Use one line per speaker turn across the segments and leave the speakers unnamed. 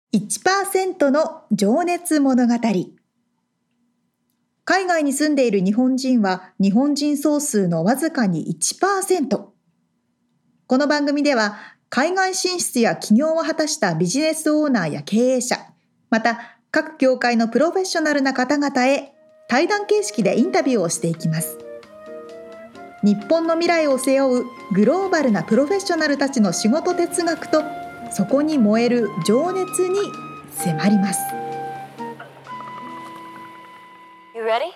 1% の情熱物語。海外に住んでいる日本人は日本人総数のわずかに 1%。この番組では海外進出や起業を果たしたビジネスオーナーや経営者、また各業界のプロフェッショナルな方々へ対談形式でインタビューをしていきます。日本の未来を背負うグローバルなプロフェッショナルたちの仕事哲学とそこに燃える情熱に迫ります。
You ready?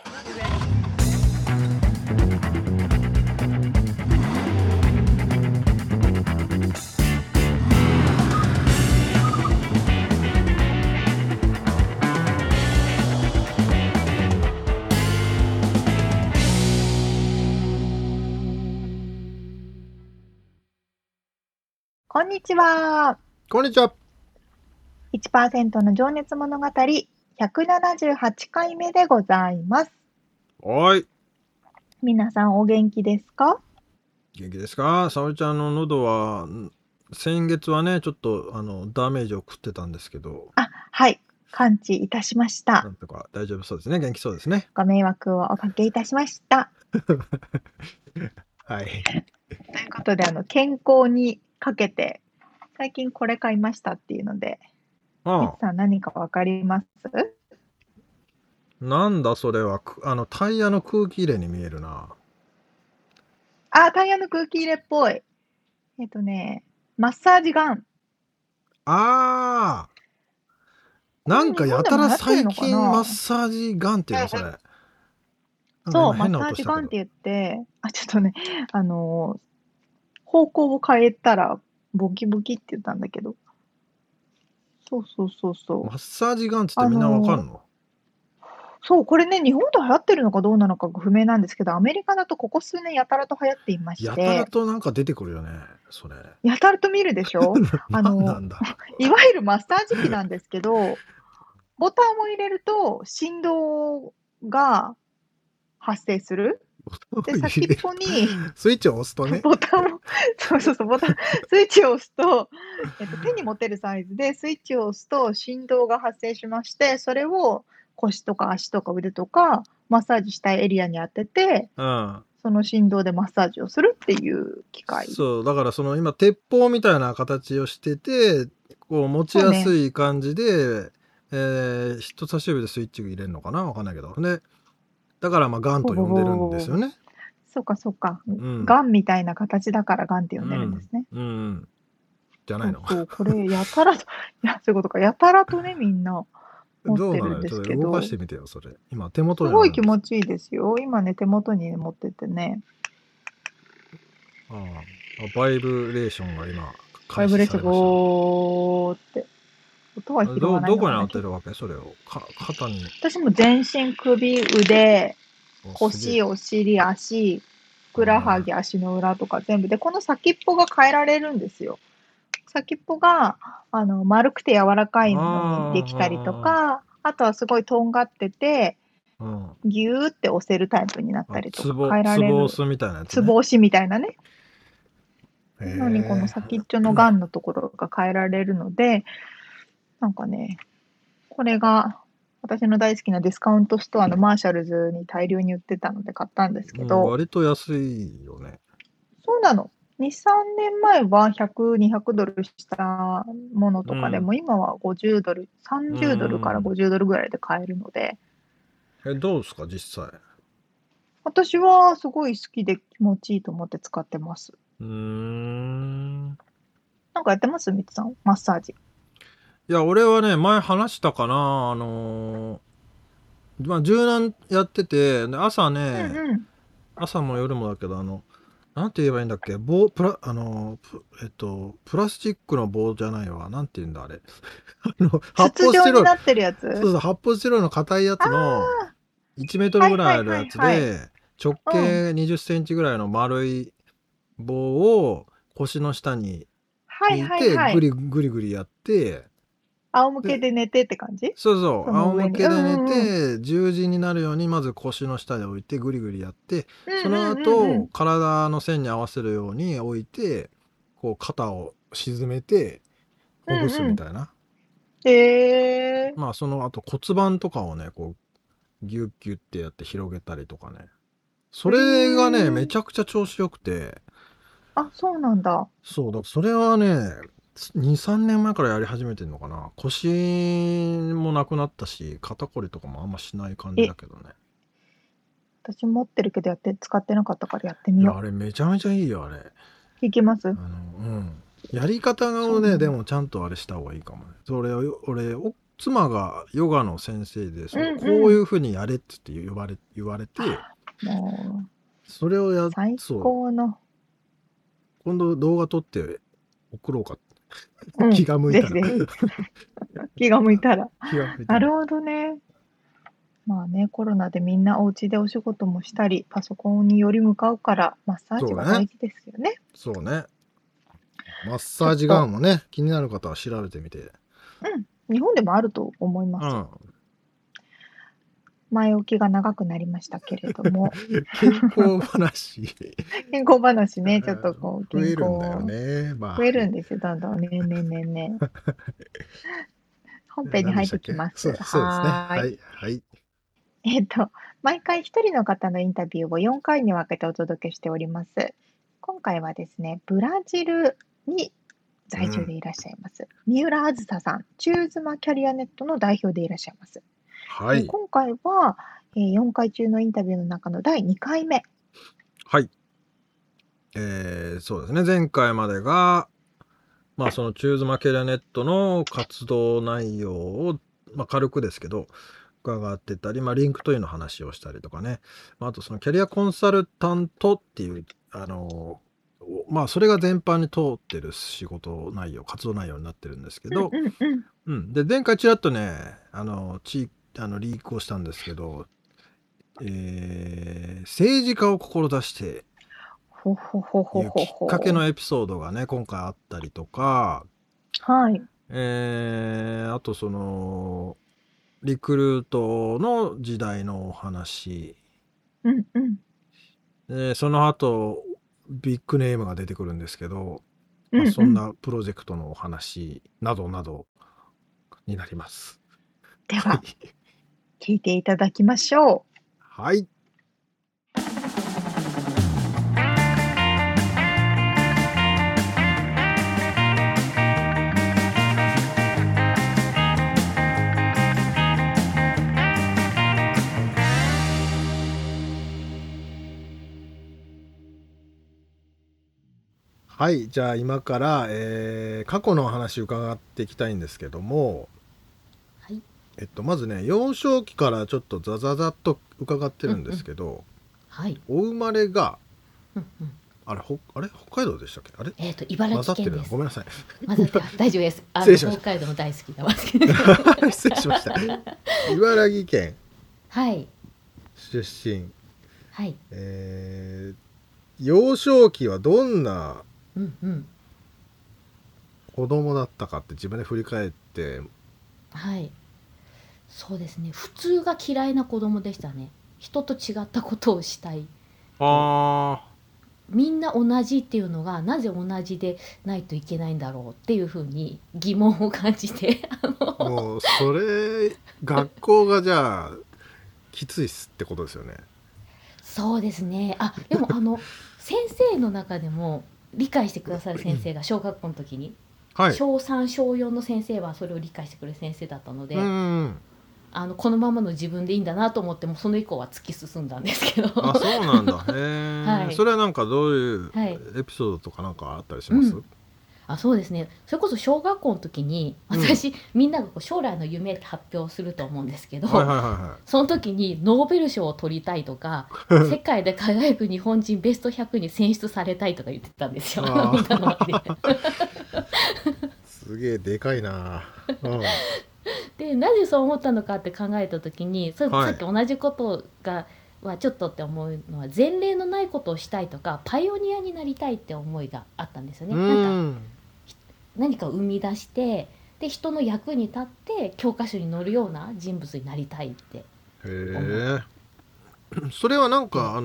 こんにちは。
こんにちは。
1% の情熱物語178回目でございます。
はい。
皆さんお元気ですか？
元気ですか？沙織ちゃんの喉は先月はねちょっとダメージを食ってたんですけど、
はい。完治いたしまし
な
た。
んとか大丈夫そうですね。元気そうですね。
ご迷惑をおかけいたしました。
はい。
ということで、健康にかけて、最近これ買いましたっていうので、みつさん何かわかります？
なんだそれはタイヤの空気入れに見えるな。
タイヤの空気入れっぽい。マッサージガン。
なんかやたら最近マッ
マ
サージガンっていうのそれ。
そう、マ
変な
ッサー
音したけど。
ジガンって言って、ちょっとね、方向を変えたら、ボキボキって言ったんだけど。そう。
マッサージガンって言ってみんなわかるの？
そう、これね、日本で流行ってるのかどうなのか不明なんですけど、アメリカだとここ数年やたらと流行っていまし
やたら
て、
となんか出てくるよね、それ。
やたらと見るでしょ？
なんだ。
いわゆるマッサージ機なんですけど、ボタンを入れると振動が発生する。で、先っぽに
スイッチを押すとね。
ボタンを、ボタン、スイッチを押すと、手に持てるサイズでスイッチを押すと振動が発生しまして、それを腰とか足とか腕とかマッサージしたいエリアに当てて、その振動でマッサージをするっていう機械。
そう、だから今鉄砲みたいな形をしてて、こう持ちやすい感じで、人差し指でスイッチを入れるのかな、わかんないけど。で、だからガンと呼んでるんですよね。
そうか。ガンみたいな形だからガンって呼んでるんですね。
じゃないの？
そう、これやたらと、そういうことか。やたらとね、みんな持ってるんですけど。
動かしてみてよ、それ。今手元に。
すごい気持ちいいですよ。今ね、手元に持っててね。
バイブレーションが今
バイブレーションゴーって音は拾わないのかな。
どこに当てるわけ？それを肩に。
私も全身、首、腕、腰、お尻、足、ふくらはぎ、足の裏とか全部で、この先っぽが変えられるんですよ。先っぽが丸くて柔らかいのにできたりとか、あとはすごいとんがってて、ギューって押せるタイプになったりとか変えられる。
ツボ押すみたいなやつね。
ツボ押しみたいなね。のにこの先っちょのガンのところが変えられるので、なんかね、これが私の大好きなディスカウントストアのマーシャルズに大量に売ってたので買ったんですけど、
割と安いよね。
そうなの。2、3年前は100、200ドルしたものとかでも、今は50ドル、30ドルから50ドルぐらいで買えるので。
どうですか、実際？
私はすごい好きで気持ちいいと思って使ってます。なんかやってます？みつさん、マッサージ。
いや、俺はね、前話したかな、柔軟やってて、で朝ね、朝も夜もだけど、なんて言えばいいんだっけ、プラスチックの棒じゃないわ、なんて言うんだあれ。
筒状になってるやつ？
そう、発泡スチロールの硬いやつの1メートルぐらいあるやつで、直径20センチぐらいの丸い棒を腰の下に引いて、ぐりぐりやって、
仰向けで寝てって感じ？
そう、仰向けで寝て、十字になるようにまず腰の下で置いてぐりぐりやって、その後体の線に合わせるように置いて、こう肩を沈めてほぐすみたいな。 まあそのあと骨盤とかをねこうギュッギュッってやって広げたりとかね、それがねめちゃくちゃ調子よくて、
あ、そうなんだ。
そうだ、それはね2、3年前からやり始めてんのかな。腰もなくなったし肩こりとかもあんましない感じだけどね。
私持ってるけど使ってなかったからやってみよ
あれめちゃめちゃいいよあれ。
う。いきます？
やり方をねでもちゃんとあれした方がいいかもね。それを俺妻がヨガの先生で、こういう風にやれって言われて、
も
それを
う最高の。
今度動画撮って送ろうか。気が向いたら。
気が向いたら。なるほどね。まあね、コロナでみんなお家でお仕事もしたり、パソコンにより向かうから、マッサージが大事ですよね。
そうね。マッサージガンもね、気になる方は調べてみて。
日本でもあると思います。前置きが長くなりましたけれども。
健康話。
健康話ね、ちょっとこう、
増えるんだよね。
増えるんですよ、どんどんね。本編に入ってきます。
そうですね。はい。
毎回一人の方のインタビューを4回に分けてお届けしております。今回はですね、ブラジルに在住でいらっしゃいます。三浦あずささん、チューズマキャリアネットの代表でいらっしゃいます。
はい。
今回は、4回中のインタビューの中の第2回目。
はい。そうですね。前回までが、まあそのチューズマキャリアネットの活動内容を、まあ軽くですけど、伺ってたり、まあリンクトインの話をしたりとかね。あとそのキャリアコンサルタントっていう、まあそれが全般に通ってる仕事内容、活動内容になってるんですけど、で、前回ちらっとね、リークをしたんですけど、政治家を志していうきっかけのエピソードがね今回あったりとか、
はい。
あとそのリクルートの時代のお話、その後ビッグネームが出てくるんですけど、そんなプロジェクトのお話などなどになります。
では聞いていただきましょう。
はい。はい、じゃあ今から、過去の話伺っていきたいんですけども、
はい、
まずね幼少期からちょっとザザザっと伺ってるんですけど、
はい、
お生まれが、あれ北海道でしたっけ？あれ？
茨城県です。
ごめんなさい。
大丈夫です。北海道も大好きなわけ
で。失礼しました。茨城県。
はい。
出身。
はい。
幼少期はどんな子供だったかって自分で振り返って。
はい。そうですね。普通が嫌いな子供でしたね。人と違ったことをしたい。みんな同じっていうのがなぜ同じでないといけないんだろうっていうふうに疑問を感じて
もうそれ学校がじゃあきついっすってことですよね。
そうですね。でも先生の中でも理解してくださる先生が小学校の時に、小3小4の先生はそれを理解してくれる先生だったので、このままの自分でいいんだなと思ってもその以降は突き進んだんですけど。
あ、そうなんだ。へえ。それはなんかどういうエピソードとかなんかあったりします？
そうですね。それこそ小学校の時に私、みんなが将来の夢って発表すると思うんですけど、その時にノーベル賞を取りたいとか世界で輝く日本人ベスト100に選出されたいとか言ってたんですよ。みんなの前
ですげえでかいな。
でなぜそう思ったのかって考えた時にさっき同じことがはちょっとって思うのは前例のないことをしたいとかパイオニアになりたいって思いがあったんですよね。なんか何かを生み出してで人の役に立って教科書に載るような人物になりたいって。
それはなんか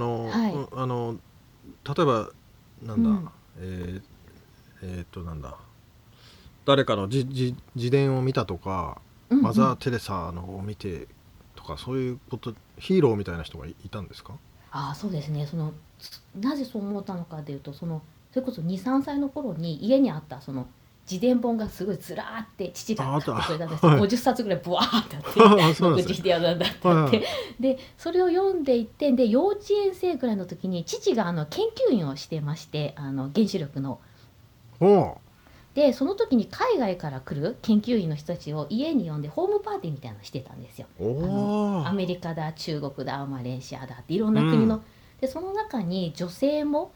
例えばなんだ、なんだ誰かの自伝を見たとか、マザー・テレサのを見てとか、そういうことヒーローみたいな人がいたんですか？
そうですね。なぜそう思ったのかというと、それこそ2、3歳の頃に家にあったその自伝本がすごいずらーって父が買ってくれたんですよ。50冊ぐらいブワーってあって野口英世なんだってあって、でそれを読んでいって、で幼稚園生ぐらいの時に父が研究員をしてまして、原子力の。でその時に海外から来る研究員の人たちを家に呼んでホームパーティーみたいなのしてたんですよ。アメリカだ、中国だ、マレーシアだっていろんな国の、でその中に女性も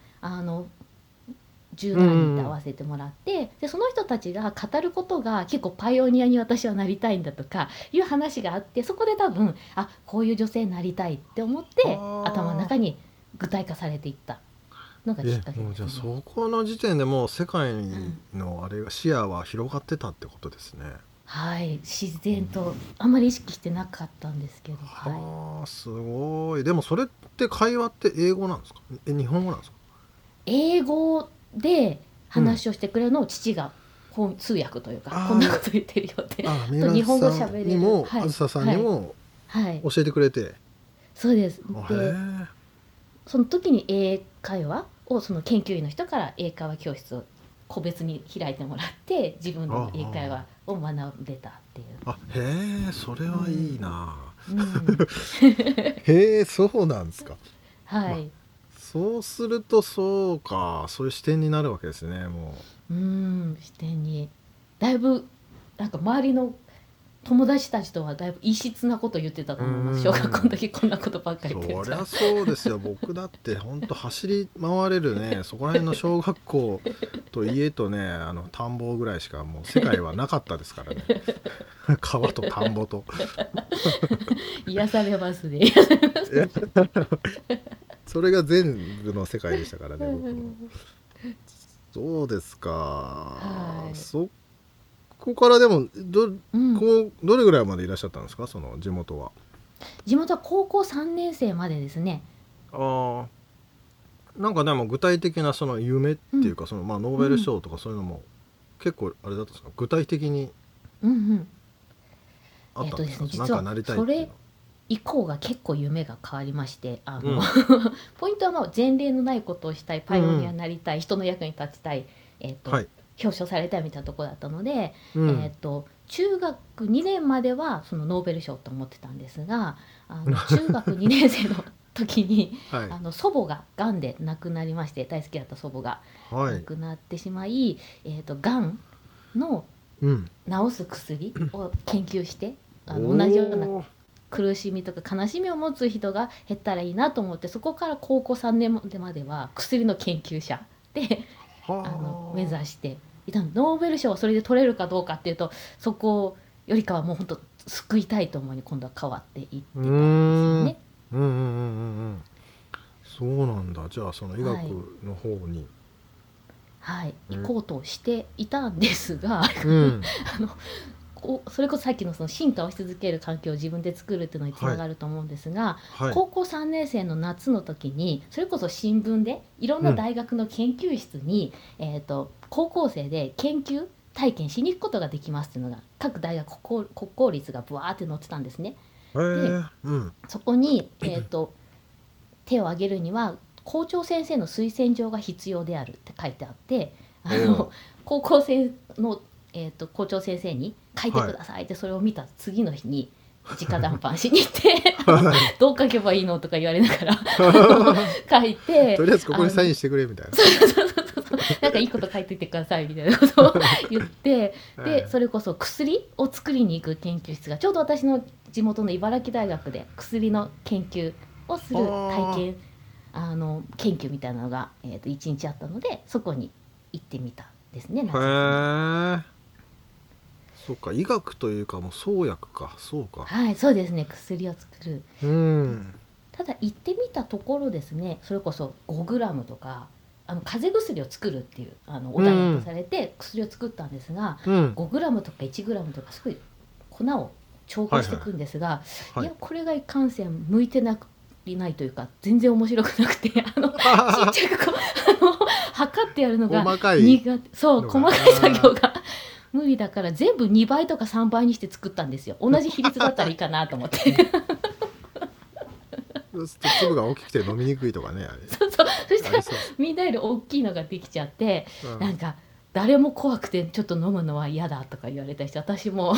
10何人と合わせてもらって、でその人たちが語ることが結構パイオニアに私はなりたいんだとかいう話があって、そこで多分こういう女性になりたいって思って頭の中に具体化されていったのがきっかけですね。
もうじゃあそこの時点でもう世界の視野は広がってたってことですね。
はい、自然とあんまり意識してなかったんですけど、
すごい。でもそれって会話って英語なんですか？日本語なんですか？
英語で話をしてくれるのを父が通訳というか、こんなこと言ってるよって日本語喋れる
にもあずささんにも教えてくれて、
そうです。でその時に英会話をその研究員の人から英会話教室を個別に開いてもらって自分の英会話を学んでたっていう。
へえ、それはいいな。へえ、そうなんですか。
はい。
そうするとそういう視点になるわけですね。も
う視点にだいぶなんか周りの友達たちとはだいぶ異質なこと言ってたと思います。小学校の時こんなことばっかり言ってた。
そりゃそうですよ。僕だって本当走り回れるねそこら辺の小学校と家とね田んぼぐらいしかもう世界はなかったですからね。川と田んぼと
癒されますね。
それが全部の世界でしたからね僕も。そうですか。そこからでもどれぐらいまでいらっしゃったんですか、その地元は。
地元は高校3年生までですね。
なんかでも具体的なその夢っていうか、ノーベル賞とかそういうのも結構あれだったんですか、具体的にあったんですか？なんかなりたいっていうの。
それ以降が結構夢が変わりまして、ポイントは前例のないことをしたい、パイオニアになりたい、人の役に立ちたい、表彰されたいみたいなところだったので、中学2年まではそのノーベル賞と思ってたんですが、中学2年生の時に、祖母ががんで亡くなりまして、大好きだった祖母が亡くなってしまい、がんの治す薬を研究して、同じような苦しみとか悲しみを持つ人が減ったらいいなと思って、そこから高校3年までは薬の研究者で目指していたの。ノーベル賞はそれで取れるかどうかっていうと、そこよりかはもう本当救いたいと思いに今度は変わっていってたんですよね。
そうなんだ。じゃあその医学の方に、
行こうとしていたんですが、それこそさっきのその進化をし続ける環境を自分で作るっていうのにつながると思うんですが、高校3年生の夏の時にそれこそ新聞でいろんな大学の研究室に、高校生で研究体験しに行くことができますっていうのが各大学国公立がブワーって載ってたんですね。で、そこに、手を挙げるには校長先生の推薦状が必要であるって書いてあって、高校生の校長先生に書いてくださいってそれを見た次の日に直談判しに行ってどう書けばいいのとか言われながら書いて、
とりあえずここにサインしてくれみたいな、
なんかいいこと書いていってくださいみたいなことを言ってでそれこそ薬を作りに行く研究室がちょうど私の地元の茨城大学で薬の研究をする体験研究みたいなのが、1日あったのでそこに行ってみたんですね。
そうか、医学というかもう創薬か。そうか、
そうですね、薬を作る。ただ行ってみたところですね、それこそ 5g とか風邪薬を作るっていうお題とされて薬を作ったんですが、5g とか 1g とかすごい粉を調合していくんですが、いやこれがいかんせん向いてないというか全然面白くなくてちっちゃく測ってやるのが苦手、細かい作業が無理だから全部2倍とか3倍にして作ったんですよ。同じ比率だったらいいかなと思って
粒が大きくて飲みにくいとかねあれ
そうそう、そしたら
ありそう
みんなより大きいのができちゃって、
うん
なんか誰も怖くてちょっと飲むのは嫌だとか言われたし、私も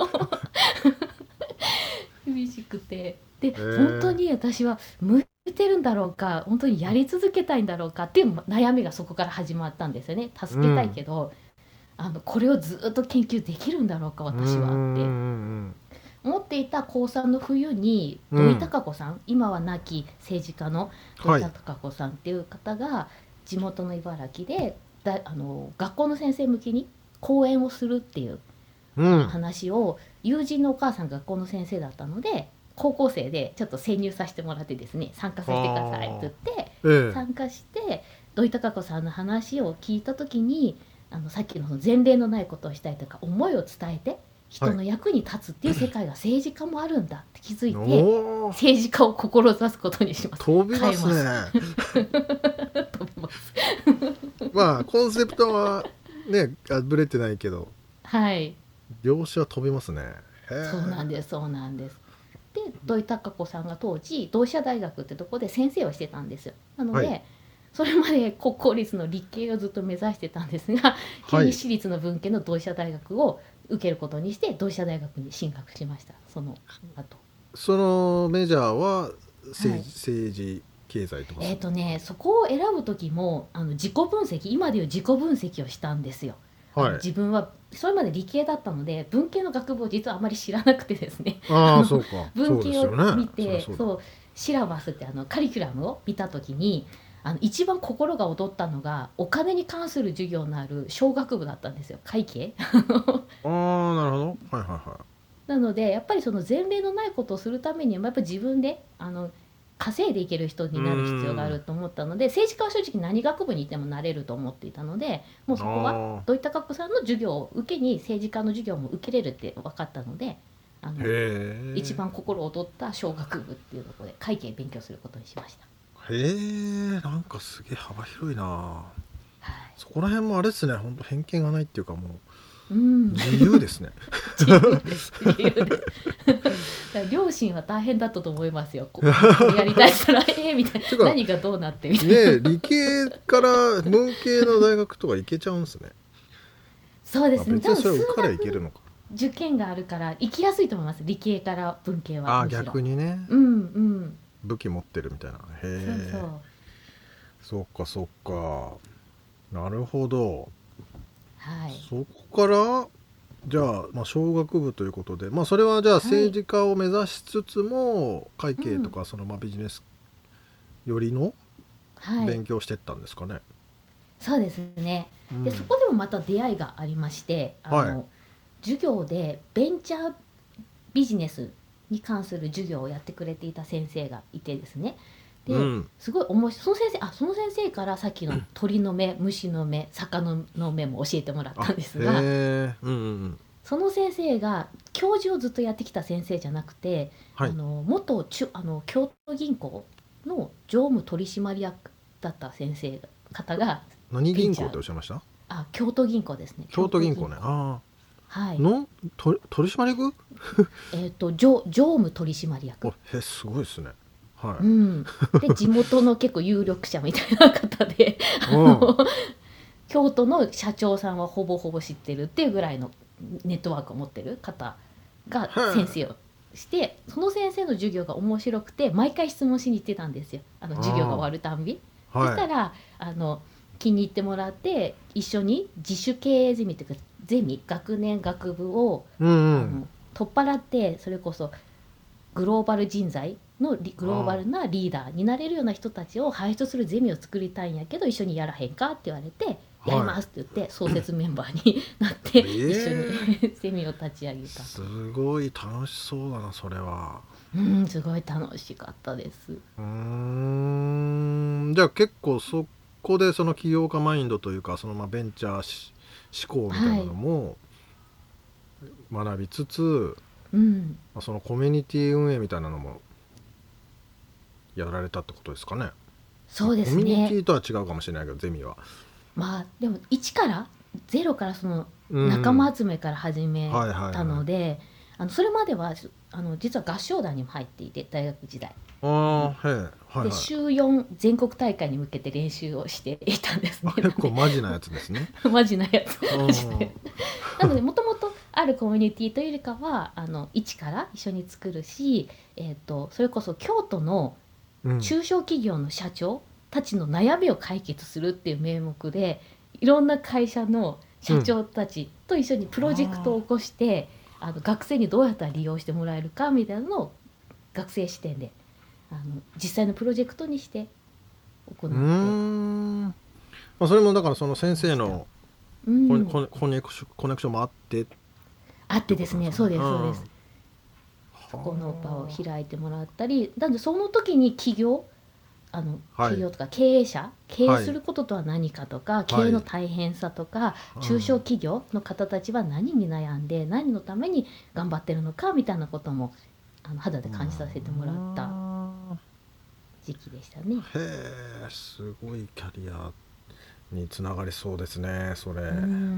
厳しくて、で本当に私は向いてるんだろうか、本当にやり続けたいんだろうかっていう悩みがそこから始まったんですよね。助けたいけど、これをずっと研究できるんだろうか私はって思っていた高3の冬に土井孝子さん、今は亡き政治家の土井孝子さんっていう方が地元の茨城で学校の先生向きに講演をするっていう話を、友人のお母さんが学校の先生だったので高校生でちょっと潜入させてもらってですね、参加させてくださいって言って参加して土井孝子さんの話を聞いた時に、さっきの前例のないことをしたいとか思いを伝えて人の役に立つっていう世界が政治家もあるんだって気づいて、政治家を志すことにします。
飛びますね
飛びます
まあコンセプトはねぶれてないけど、
はい、
業種は飛びますね。
そうなんです、そうなんです。で土井孝子さんが当時同志社大学ってとこで先生をしてたんですよ。なので、それまで国公立の理系をずっと目指してたんですが、急に私立の文系の同志社大学を受けることにして同志社大学に進学しました。その後
そのメジャーは政治経済とか、
そこを選ぶ時も自己分析、今でいう自己分析をしたんですよ。自分はそれまで理系だったので文系の学部を実はあまり知らなくてですね
そうか
文系を見て、
そう
シラバスってカリキュラムを見た時に一番心が躍ったのがお金に関する授業のある商学部だったんですよ。会計
なるほど、
なのでやっぱりその前例のないことをするためにはやっぱり自分で稼いでいける人になる必要があると思ったので、政治家は正直何学部にいてもなれると思っていたので、もうそこは土井孝子さんの授業を受けに政治家の授業も受けれるって分かったので、一番心躍った商学部っていうところで会計勉強することにしました。
なんかすげえ幅広いな、
はい、
そこら辺もあれですね、本当偏見がないっていうかもう、
自
由ですね
自由です両親は大変だったと思いますよ。これやりたいしたらみたいな何がどうなってみたいな、
理系から文系の大学とか行けちゃうんですね。
そうですね、
別にそれ受かればいけるのか、
受験があるから行きやすいと思います。理系から文系は
逆にね、武器持ってるみたいな。そっかなるほど。そこからじゃあ、商学部ということで、それはじゃあ政治家を目指しつつも、会計とかそのビジネスよりの勉強してったんですかね。
そうですね。でそこでもまた出会いがありまして、授業でベンチャービジネスに関する授業をやってくれていた先生がいてですね、ですごい面白い。その先生からさっきの鳥の目、虫の目、魚の目も教えてもらったんですが、その先生が教授をずっとやってきた先生じゃなくて、元京都銀行の常務取締役だった方が、
何銀行っておっしゃいました？
京都銀行ですね。
京都銀行ね。の取締役？
常務取締役。
すごいですね。
で地元の結構有力者みたいな方で京都の社長さんはほぼほぼ知ってるっていうぐらいのネットワークを持ってる方が先生をして、その先生の授業が面白くて毎回質問しに行ってたんですよ。授業が終わるたんび。そしたら気に入ってもらって一緒に自主経営ゼミというか学年学部を、取っ払って、それこそグローバル人材のグローバルなリーダーになれるような人たちを輩出するゼミを作りたいんやけど一緒にやらへんかって言われて、やりますって言って創設メンバーになって一緒にゼミを立ち上げた。
すごい楽しそうだなそれは。
すごい楽しかったです。
じゃあ結構そこでその起業家マインドというかそのベンチャー思考みたいなのも学びつつ、そのコミュニティ運営みたいなのもやられたってことですかね。
そうですね。
コミュニティとは違うかもしれないけどゼミは。
でも一からゼロからその
うん
仲間集めから始め
はいはいはい
たので、それまでは実は合唱団にも入っていて大学時代
ああ、はいはい。
で週4全国大会に向けて練習をしていたんですね。
結構マジなやつですね。
マジなやつ
うん
マジなやつなのでもともとあるコミュニティというよりかは一から一緒に作るし、それこそ京都の
うん
中小企業の社長たちの悩みを解決するっていう名目でいろんな会社の社長たちと一緒にプロジェクトを起こして、学生にどうやったら利用してもらえるかみたいなのを学生視点で実際のプロジェクトにして行
うー
って、
ん。まあそれもだからその先生の
うん
コネクションもあって
あってですね、そうですそうです。
そ
この場を開いてもらったり、なんでその時に企業企業とか経営者、経営することとは何かとか、経営の大変さとか、中小企業の方たちは何に悩んで何のために頑張ってるのかみたいなことも肌で感じさせてもらった時期でしたね。
へえ、すごいキャリアにつながりそうですね、それ。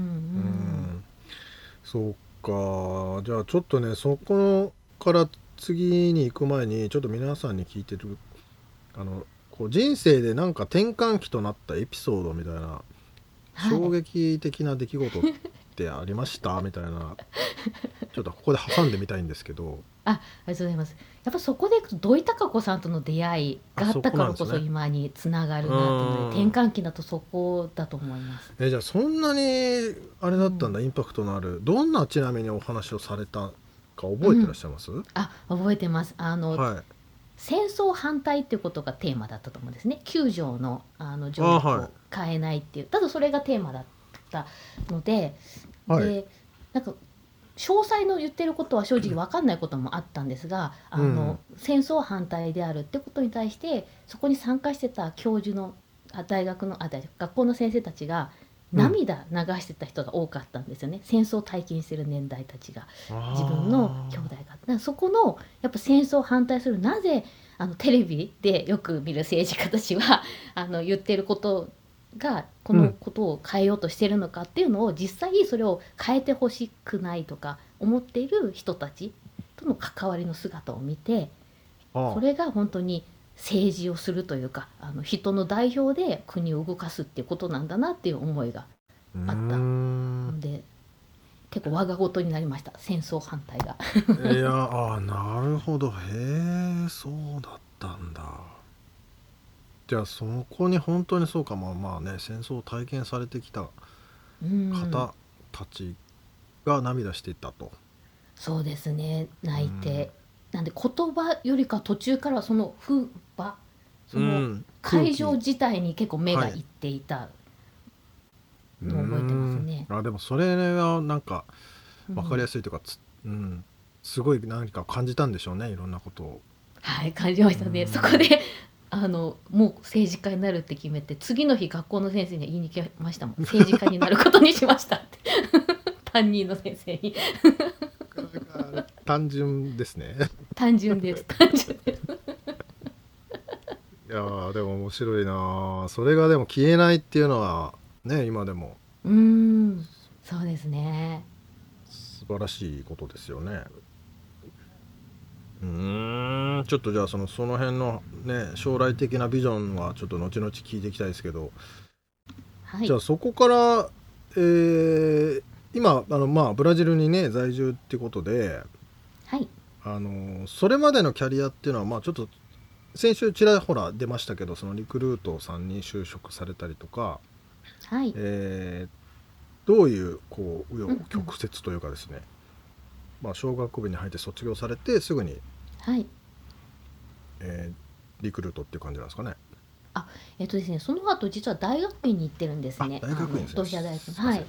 そうか。じゃあちょっとね、そこから次に行く前にちょっと皆さんに聞いてるこう人生でなんか転換期となったエピソードみたいな、衝撃的な出来事ってありましたみたいなちょっとここで挟んでみたいんですけど。
ありがとうございます。やっぱそこでいくと土井孝子さんとの出会いがあったからこそ今につながるなというので、転換期だとそこだと思います。
じゃあそんなにあれだったんだ、インパクトのある。どんなちなみにお話をされたか覚えてらっしゃいます？
覚えてます。
はい。
戦争反対っていうことがテーマだったと思うんですね。9条の条約を変えないっていう、ただそれがテーマだったので、でなんか詳細の言ってることは正直分かんないこともあったんですが、戦争反対であるってことに対してそこに参加してた教授の学校の先生たちが涙流してた人が多かったんですよね。戦争を体験してる年代たちが、自分の兄弟が。だからそこのやっぱ戦争を反対する、なぜテレビでよく見る政治家たちは言ってることがこのことを変えようとしてるのかっていうのを、実際それを変えてほしくないとか思っている人たちとの関わりの姿を見て、これが本当に政治をするというか人の代表で国を動かすっていうことなんだなっていう思いがあったので、結構我が事になりました、戦争反対が。
いやなるほど。へえ、そうだったんだ。じゃあそこに本当にそうか、まあね、戦争を体験されてきた方たちが涙していたと。
そうですね、泣いて、なんで言葉よりか途中からはその風場、その会場自体に結構目がいっていたのを覚えてますね。
でもそれはなんか分かりやすいというか、すごい何か感じたんでしょうね、いろんなことを。
はい感じましたね。そこでもう政治家になるって決めて、次の日学校の先生に言いに来ましたもん。政治家になることにしましたって担任の先生に。
単純ですね。
単純です単純です。
いやでも面白いな。それがでも消えないっていうのはね、今でも
そうですね、
素晴らしいことですよね。ちょっとじゃあその辺のね、将来的なビジョンはちょっと後々聞いていきたいですけど、じゃあそこから、今ブラジルにね在住ってことで、それまでのキャリアっていうのはちょっと先週ちらほら出ましたけど、そのリクルートさんに就職されたりとか、どういうこう紆余曲折というかですね、小学部に入って卒業されてすぐに、リクルートっていう感じなんですかね。
ですね、その後実は大学院に行ってるんですね。
大学院ですね。
同志社大学。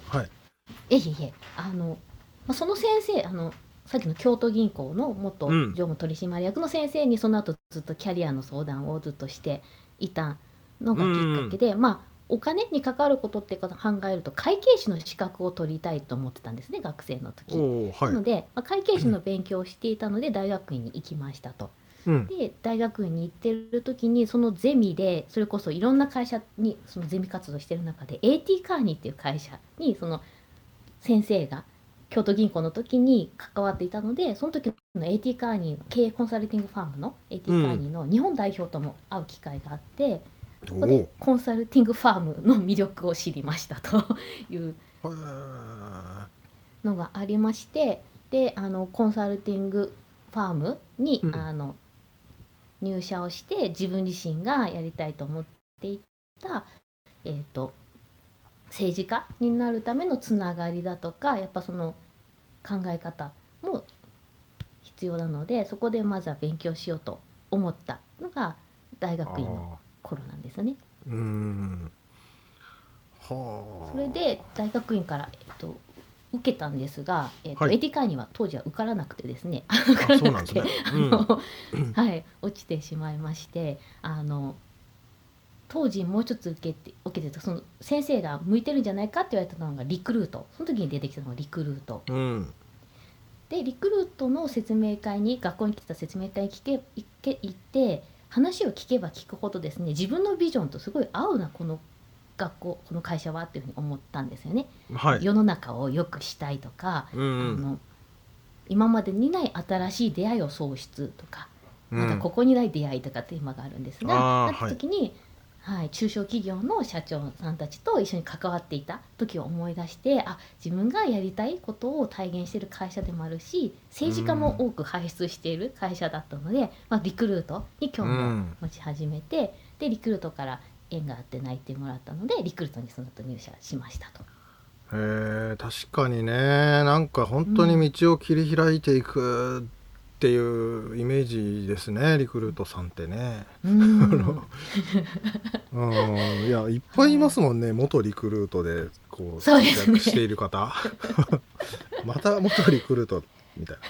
その先生さっきの京都銀行の元常務取締役の先生にその後ずっとキャリアの相談をずっとしていたのがきっかけで、お金に関わることって考えると会計士の資格を取りたいと思ってたんですね、学生の時。なので、会計士の勉強をしていたので大学院に行きましたと。 で大学院に行ってる時にそのゼミでそれこそいろんな会社にそのゼミ活動してる中で AT カーニーっていう会社にその先生が京都銀行の時に関わっていたので、その時の AT カーニーの経営コンサルティングファームの AT カーニーの日本代表とも会う機会があって、そこでコンサルティングファームの魅力を知りましたというのがありまして、でコンサルティングファームに、入社をして自分自身がやりたいと思っていた、政治家になるためのつながりだとかやっぱその考え方も必要なので、そこでまずは勉強しようと思ったのが大学院の頃なんですね。それで大学院から、受けたんですが、AT カーには当時は受からなくてですね、落ちてしまいまして、当時もう一つ受けてたその先生が向いてるんじゃないかって言われたのがリクルート。その時に出てきたのがリクルート、でリクルートの説明会に学校に来てた説明会に行って話を聞けば聞くほどですね、自分のビジョンとすごい合うなこの学校この会社はっていうふうに思ったんですよね。世の中を良くしたいとか、今までにない新しい出会いを創出とか、またここにない出会いとかテーマがあるんですが、なった時に、中小企業の社長さんたちと一緒に関わっていた時を思い出して、自分がやりたいことを体現している会社でもあるし、政治家も多く輩出している会社だったので、リクルートに興味を持ち始めて、でリクルートから縁があって内定もらったのでリクルートにその後入社しましたと。
確かにね、なんか本当に道を切り開いていくっていうイメージですね、リクルートさんってね。いやいっぱいいますもんね、元リクルートでこう活躍している方また元リクルートみたい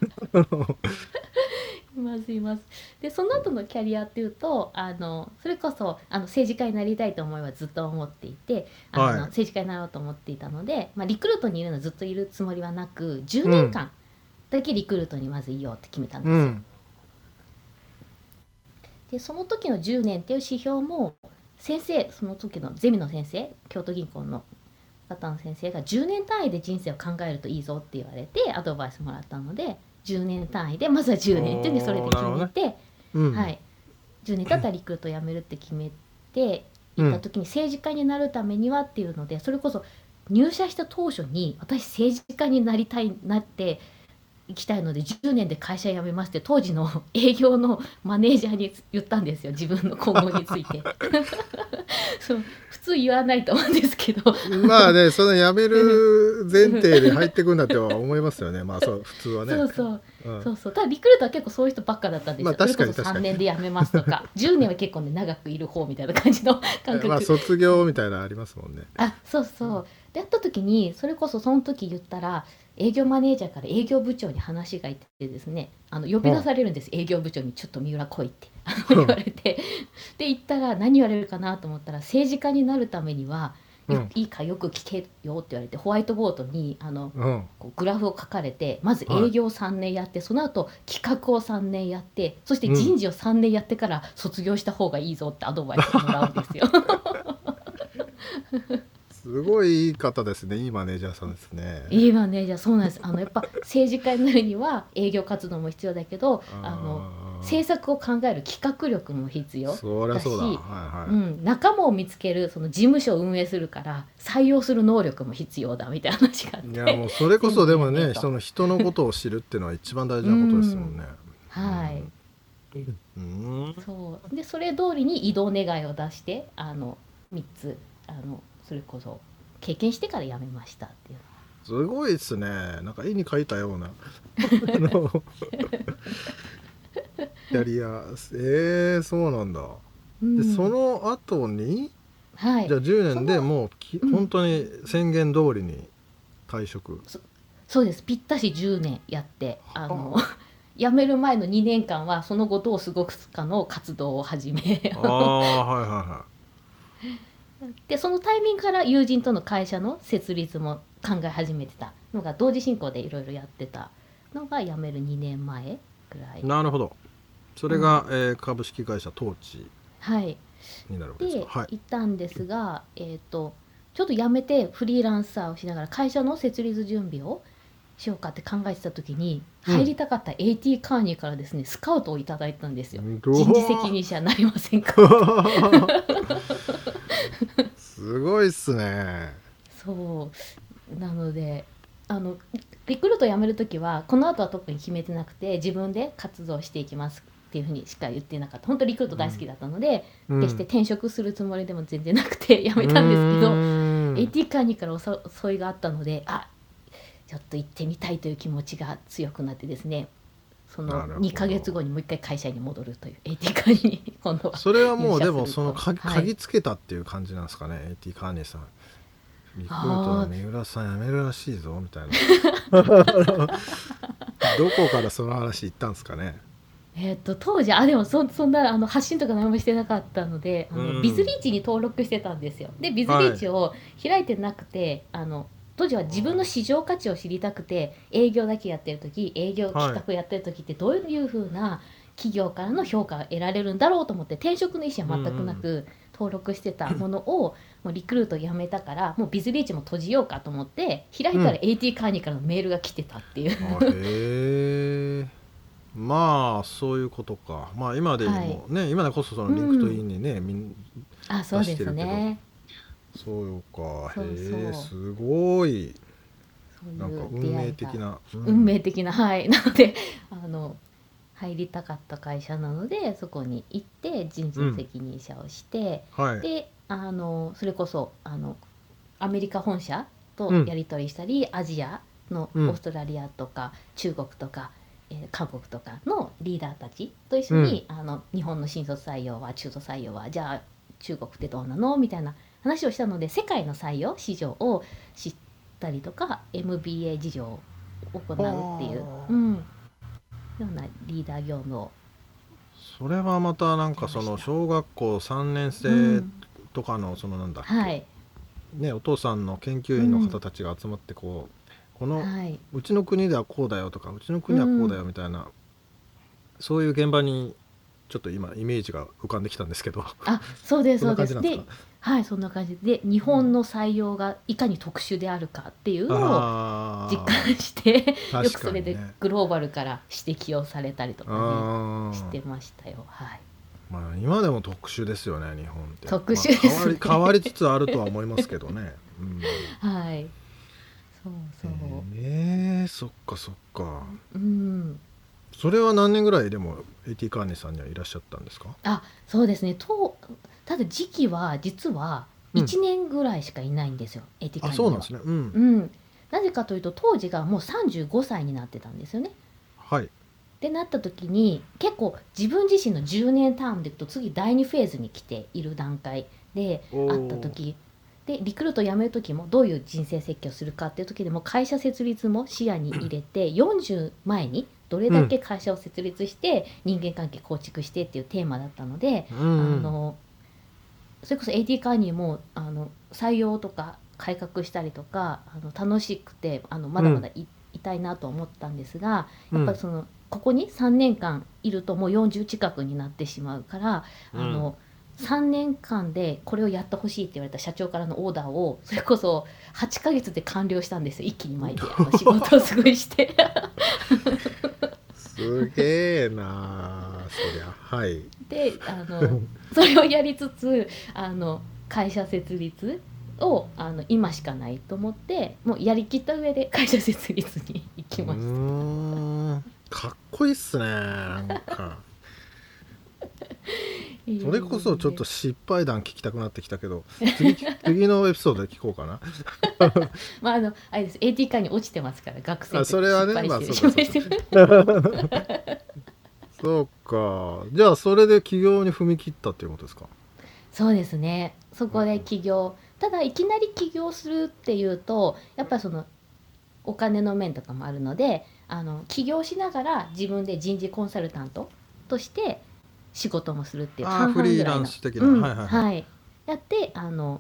ないます。でその後のキャリアっていうとそれこそ政治家になりたいと思いはずっと思っていて、政治家になろうと思っていたので、リクルートにいるのはずっといるつもりはなく10年間だけリクルートにまずいようって決めたんですよ。でその時の10年っていう指標も先生、その時のゼミの先生、京都銀行の方の先生が10年単位で人生を考えるといいぞって言われてアドバイスもらったので、10年単位でまずは10年っていうんでそれで決めて、10年経ったらリクルートを辞めるって決めていった時に、政治家になるためにはっていうので、それこそ入社した当初に私政治家になって行きたいので10年で会社辞めますって当時の営業のマネージャーに言ったんですよ、自分の今後についてそう普通言わないと思うんですけど
まあね、その辞める前提で入ってくんだっては思いますよね。そう普通はね。
そうただリクルートは結構そういう人ばっかだったんですよ。
確かに
3年で辞めますとか10年は結構ね長くいる方みたいな感じの感覚
卒業みたいなのありますもんね。
でやった時にそれこそその時言ったら営業マネージャーから営業部長に話がいってですね、呼び出されるんです、営業部長にちょっと三浦来いって言われてで行ったら何言われるかなと思ったら、政治家になるためにはいいかよく聞けよって言われて、ホワイトボードにこうグラフを書かれて、まず営業3年やって、その後企画を3年やって、そして人事を3年やってから卒業した方がいいぞってアドバイスをもらうんですよ
すごいいい方ですね。いいマネージャーさんですね。
いいマネージャー、そうなんです。やっぱ政治家になるには営業活動も必要だけど、政策を考える企画力も必要だし、
そりゃそうだ、
仲間を見つけるその事務所を運営するから採用する能力も必要だみたいな話があって、
いやもうそれこそでもね人のことを知るっていうのは一番大事なことですもんね。
そうでそれ通りに異動願いを出して3つそれこそ経験してから辞めましたっていう。
すごいですね。なんか絵に描いたようなキャリア。そうなんだ。でその後に、じゃあ10年でもう本当に宣言通りに退職。
そうです。ぴったし10年やって辞める前の2年間はその後どう過ごすかの活動を始めでそのタイミングから友人との会社の設立も考え始めてたのが同時進行でいろいろやってたのが辞める2年前ぐらい。
なるほど。 それが、株式会社トーチ
はい
になるわけです
で
か。はい。
行ったんですが、ちょっと辞めてフリーランサーをしながら会社の設立準備をしようかって考えてた時に、
うん
入りたかった AT カーニーからですねスカウトをいただいたんですよ。
うわー
人事責任者になりませんか
すごいっすね。
そうなのでリクルート辞める時はこの後は特に決めてなくて自分で活動していきますっていうふうにしか言ってなかった。本当リクルート大好きだったので、決して転職するつもりでも全然なくて辞めたんですけど、AT カーニーからお誘いがあったのでちょっと行ってみたいという気持ちが強くなってですね、その
なるほど
2ヶ月後にもう一回会社に戻るという AT カーニーに今度は
それはもうでも
入社すると
その
はい
鍵つけたっていう感じなんですかね、AT カーニーさん。リクルートの三浦さん辞めるらしいぞみたいなどこからその話言ったんですかね。
当時でもそんな発信とか何もしてなかったのでビズリーチに登録してたんですよ。でビズリーチを開いてなくて、当時は自分の市場価値を知りたくて営業だけやってる時、営業企画やってる時ってどういう風な企業からの評価が得られるんだろうと思って転職の意思は全くなく登録してたものをもうリクルート辞めたからもうビズリーチも閉じようかと思って開いたら AT カーニーからのメールが来てたっていう、
へえ。まあそういうことか。まあ今でもね、今でこそそのリンクトインにね、
そうですね。
そうか。
そうそう
へえ、すごい。
そう
なんか
いう
運命
出会いが
的な、
運命的ななので入りたかった会社なのでそこに行って人事責任者をして、
はい。
でそれこそアメリカ本社とやり取りしたり、アジアのオーストラリアとか中国とか、韓国とかのリーダーたちと一緒に、日本の新卒採用は中途採用はじゃあ中国ってどうなのみたいな話をしたので世界の採用市場を知ったりとか MBA 事情を行うっていう、ようなリーダー業務を
それはまたなんかその小学校3年生とかのそのなんだっけ、
はい
ね、お父さんの研究員の方たちが集まってこのうちの国ではこうだよとかうちの国はこうだよみたいな、そういう現場にちょっと今イメージが浮かんできたんですけど
そうです
そんな感
そうです
じなんですか。
はいそんな感じで日本の採用がいかに特殊であるかっていうのを実感してよくそれでグローバルから指摘をされたりとかねしてましたよ。はい。
まあ今でも特殊ですよね日本って。
特殊ですね。
変わりつつあるとは思いますけどね。
はい。そうそう。
そっかそっか。
そ
れは何年ぐらいでも AT カーニーさんにはいらっしゃったんですか。
そうですね。ただ時期は実は1年ぐらいしかいないんですよ、AT カーニーは。
そうなんですね。
なぜかというと当時がもう35歳になってたんですよね。
はい。
ってなった時に結構自分自身の10年ターンでいくと次第2フェーズに来ている段階であった時でリクルートを辞める時もどういう人生設計をするかっていう時でも会社設立も視野に入れて40前にどれだけ会社を設立して人間関係構築してっていうテーマだったので、それこそ AT カーニーも採用とか改革したりとか楽しくてまだまだいたいなと思ったんですが、やっぱりここに3年間いるともう40近くになってしまうから、3年間でこれをやってほしいって言われた社長からのオーダーをそれこそ8ヶ月で完了したんですよ。一気に巻いて仕事をすごいして
すげえなそりゃ。はい
でそれをやりつつ会社設立を今しかないと思ってもうやりきった上で会社設立に行きました。
かっこいいっすねなんかそれこそちょっと失敗談聞きたくなってきたけど次のエピソードで聞こうかな
まああれです AT カーに落ちてますから学生
それはねそうか。じゃあそれで起業に踏み切ったっていうことですか。
そうですね。そこで起業、ただいきなり起業するっていうとやっぱりお金の面とかもあるので起業しながら自分で人事コンサルタントとして仕事もするっていう半々ぐらいの
フリーランス的な、
やって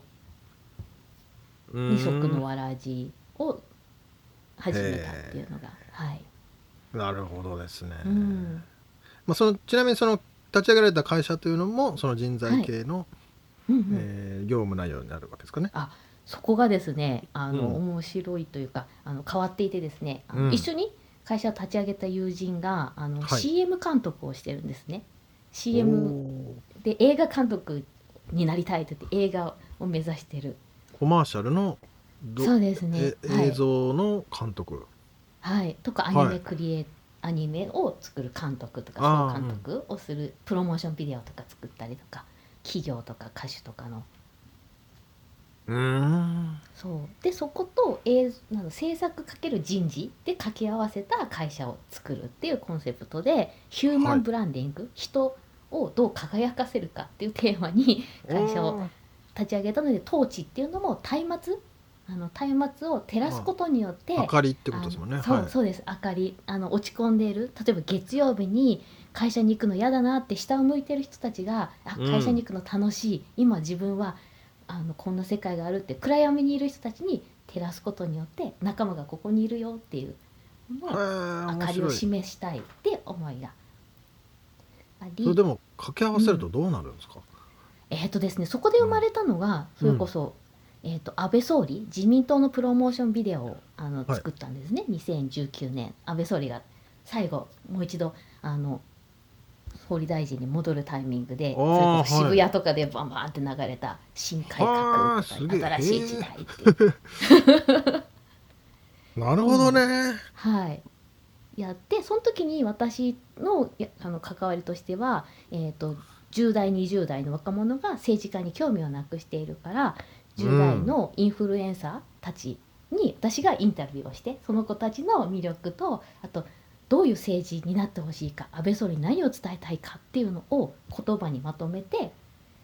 二足のわらじを始めたっていうのが
なるほどですね。 ちなみにその立ち上げられた会社というのもその人材系の、業務内容になるわけですかね。
そこがですね
うん
面白いというか変わっていてですね
うん
一緒に会社を立ち上げた友人が
はい
CM 監督をしてるんですね。CM で映画監督になりたいと言って映画を目指してる。
コマーシャルの
そうですね。
映像の監督、
はい、とかアニメアニメを作る監督とか
あー
総監督をする、プロモーションビデオとか作ったりとか企業とか歌手とかのそうでそこと制作かける人事で掛け合わせた会社を作るっていうコンセプトでヒューマンブランディング、人をどう輝かせるかっていうテーマに会社を立ち上げたので、トーチっていうのも松明を照らすことによって
明かりってことですもんね。
そうです。明かり落ち込んでいる、例えば月曜日に会社に行くの嫌だなって下を向いてる人たちが会社に行くの楽しい、今自分はこんな世界があるって暗闇にいる人たちに照らすことによって仲間がここにいるよっていうのを明かりを示したいって思いがあり、
それでも掛け合わせるとどうなるんですか？
ですね、そこで生まれたのが、それこそ、安倍総理自民党のプロモーションビデオを作ったんですね、2019年安倍総理が最後もう一度総理大臣に戻るタイミングで、それこそ渋谷とかでバンバンって流れた新改革とか新しい時代って
なるほどね、
やって、その時に私の関わりとしては、10代20代の若者が政治家に興味をなくしているから、10代のインフルエンサーたちに私がインタビューをして、その子たちの魅力と、あとどういう政治になってほしいか、安倍総理に何を伝えたいかっていうのを言葉にまとめて。
例え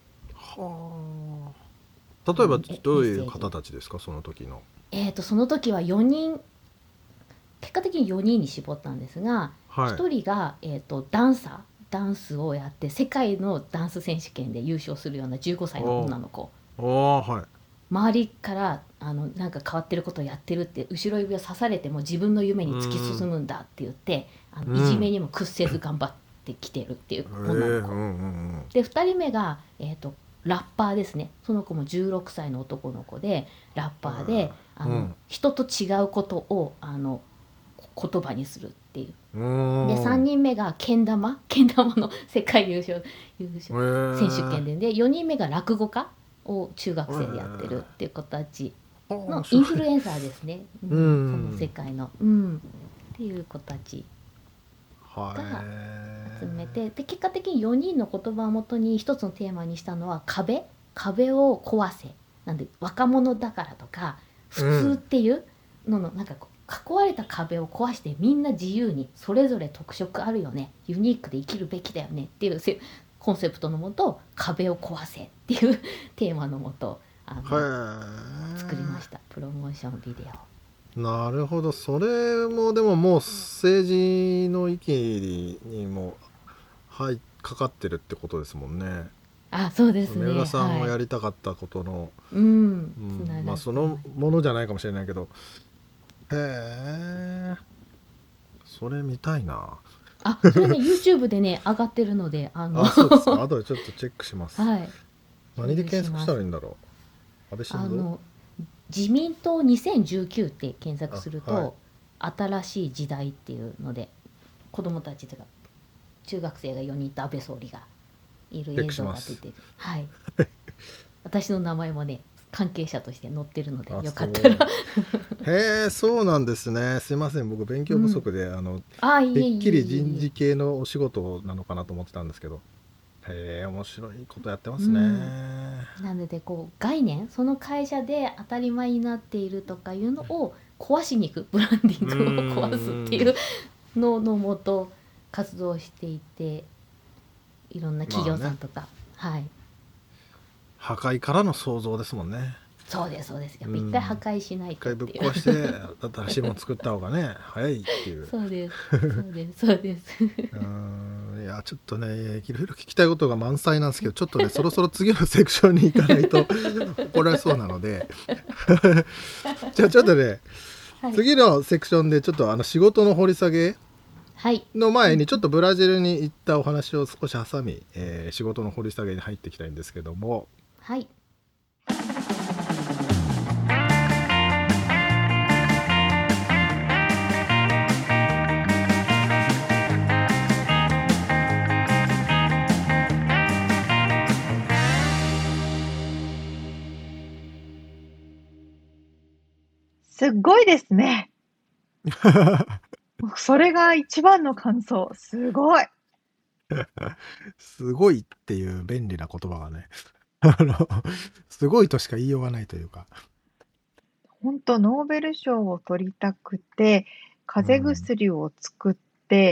ばどういう方たちですか、その時の。
その時は4人、結果的に4人に絞ったんですが、1人が、ダンスをやって世界のダンス選手権で優勝するような15歳の女の子。周りからなんか変わってることをやってるって、後ろ指を刺されても自分の夢に突き進むんだって言って、いじめにも屈せず頑張ってきてるっていう女の子、で2人目が、ラッパーですね。その子も16歳の男の子でラッパーで人と違うことを言葉にするっていう。で3人目がけん玉の世界優勝選手権で、4人目が落語家を中学生でやってるっていう子たちのインフルエンサーですね、その世界の、っていう子たちが集めて、で結果的に4人の言葉をもとに一つのテーマにしたのは壁を壊せなんで、若者だからとか普通っていうののなんか囲われた壁を壊して、みんな自由にそれぞれ特色あるよね、ユニークで生きるべきだよねっていうコンセプトのもと、壁を壊せっていうテーマのもと作りました、プロモーションビデオ。
なるほど。それもでももう政治の域にもかかってるってことですもんね。
そうですね。
三浦さんもやりたかったことの、そのものじゃないかもしれないけど、それ見たいな。
それねYouTube でね上がってるので、
そうですか。後でちょっとチェックします。
何
で検索したらいいんだろう。安倍晋三
自民党2019って検索すると、新しい時代っていうので子供たちとか中学生が4人と安倍総理がいる映像が出てる。私の名前もね関係者として載ってるので、よかったら
そうなんですね。すいません、僕勉強不足で、てっきり人事系のお仕事なのかなと思ってたんですけど、面白いことやってますね。
なので概念、その会社で当たり前になっているとかいうのを壊しに行く、ブランディングを壊すっていうののもと活動していて、いろんな企業さんとか、
破壊からの創造ですもんね。
そうです。やっぱ一回破壊しないとっていう、
一回ぶっ壊して新しいもの作った方がね早いっていう。
そうです
いやちょっとねいろいろ聞きたいことが満載なんですけど、ちょっとねそろそろ次のセクションに行かないと怒られそうなのでじゃあちょっとね、次のセクションでちょっと仕事の掘り下げ
はい
の前にちょっとブラジルに行ったお話を少し挟み、仕事の掘り下げに入っていきたいんですけども、
はい。
すっごいですね。それが一番の感想。すごい。
すごいっていう便利な言葉がねすごいとしか言いようがないというか、
本当ノーベル賞を取りたくて、風邪薬を作って、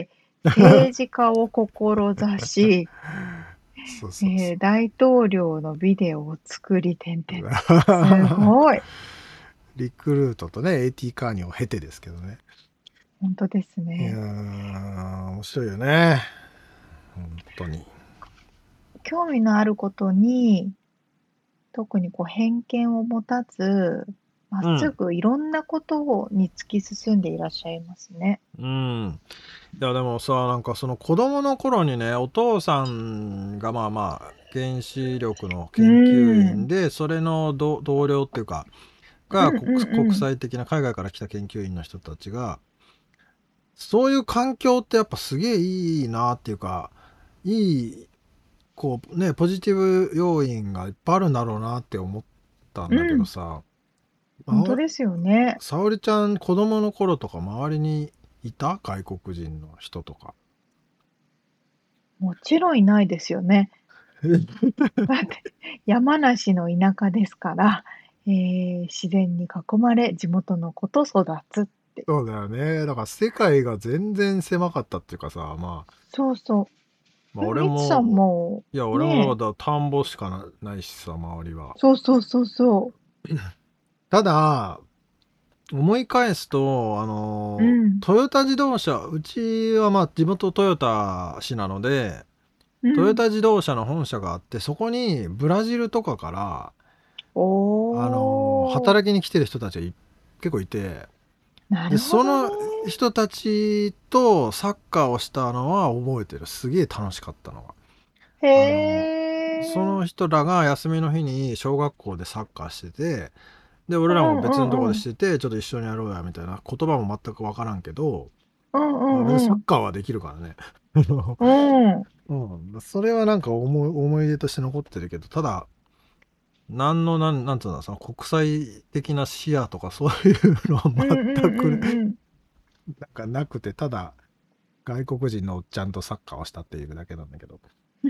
政治家を志し、
そうそうそう、
大統領のビデオを作り、すごい。
リクルートとね AT カーニを経てですけどね。
本当です
いや
ね。
ー面白いよね、本当に。
興味のあることに、特にこう偏見を持たず、まっすぐいろんなことに突き進んでいらっしゃいますね。
うん。いやでもさ、なんかその子供の頃にね、お父さんがまあまあ原子力の研究員で、それの同僚っていうかが国際的な海外から来た研究員の人たちが、そういう環境ってやっぱすげえいいなっていうか、いいこうねポジティブ要因がいっぱいあるんだろうなって思ったんだけどさ、
本当ですよね。
沙織ちゃん子供の頃とか周りにいた外国人の人とか。
もちろんいないですよね。だって山梨の田舎ですから、自然に囲まれ地元の子と育つって。
そうだよね。だから世界が全然狭かったっていうかさ、まあ、
そうそ
まあ
う。
俺
みつさん
も、
も、
いや俺も
ね
田んぼしかないしさ、周りは。
そうそうそうそ
ただ、思い返すと、トヨタ自動車、うちはまあ地元トヨタ市なので、トヨタ自動車の本社があって、そこにブラジルとかから、働きに来てる人たちが結構いて、でその人たちとサッカーをしたのは覚えてる。すげえ楽しかったのが。その人らが休みの日に小学校でサッカーしてて、で俺らも別のところでしてて、ちょっと一緒にやろうやみたいな、言葉も全く分からんけど、サッカーはできるからね。それはなんか思い出として残ってるけど、ただなんつうの、その国際的な視野とかそういうのは全くなんかなくて、ただ外国人のおっちゃんとサッカーをしたっていうだけなんだけど。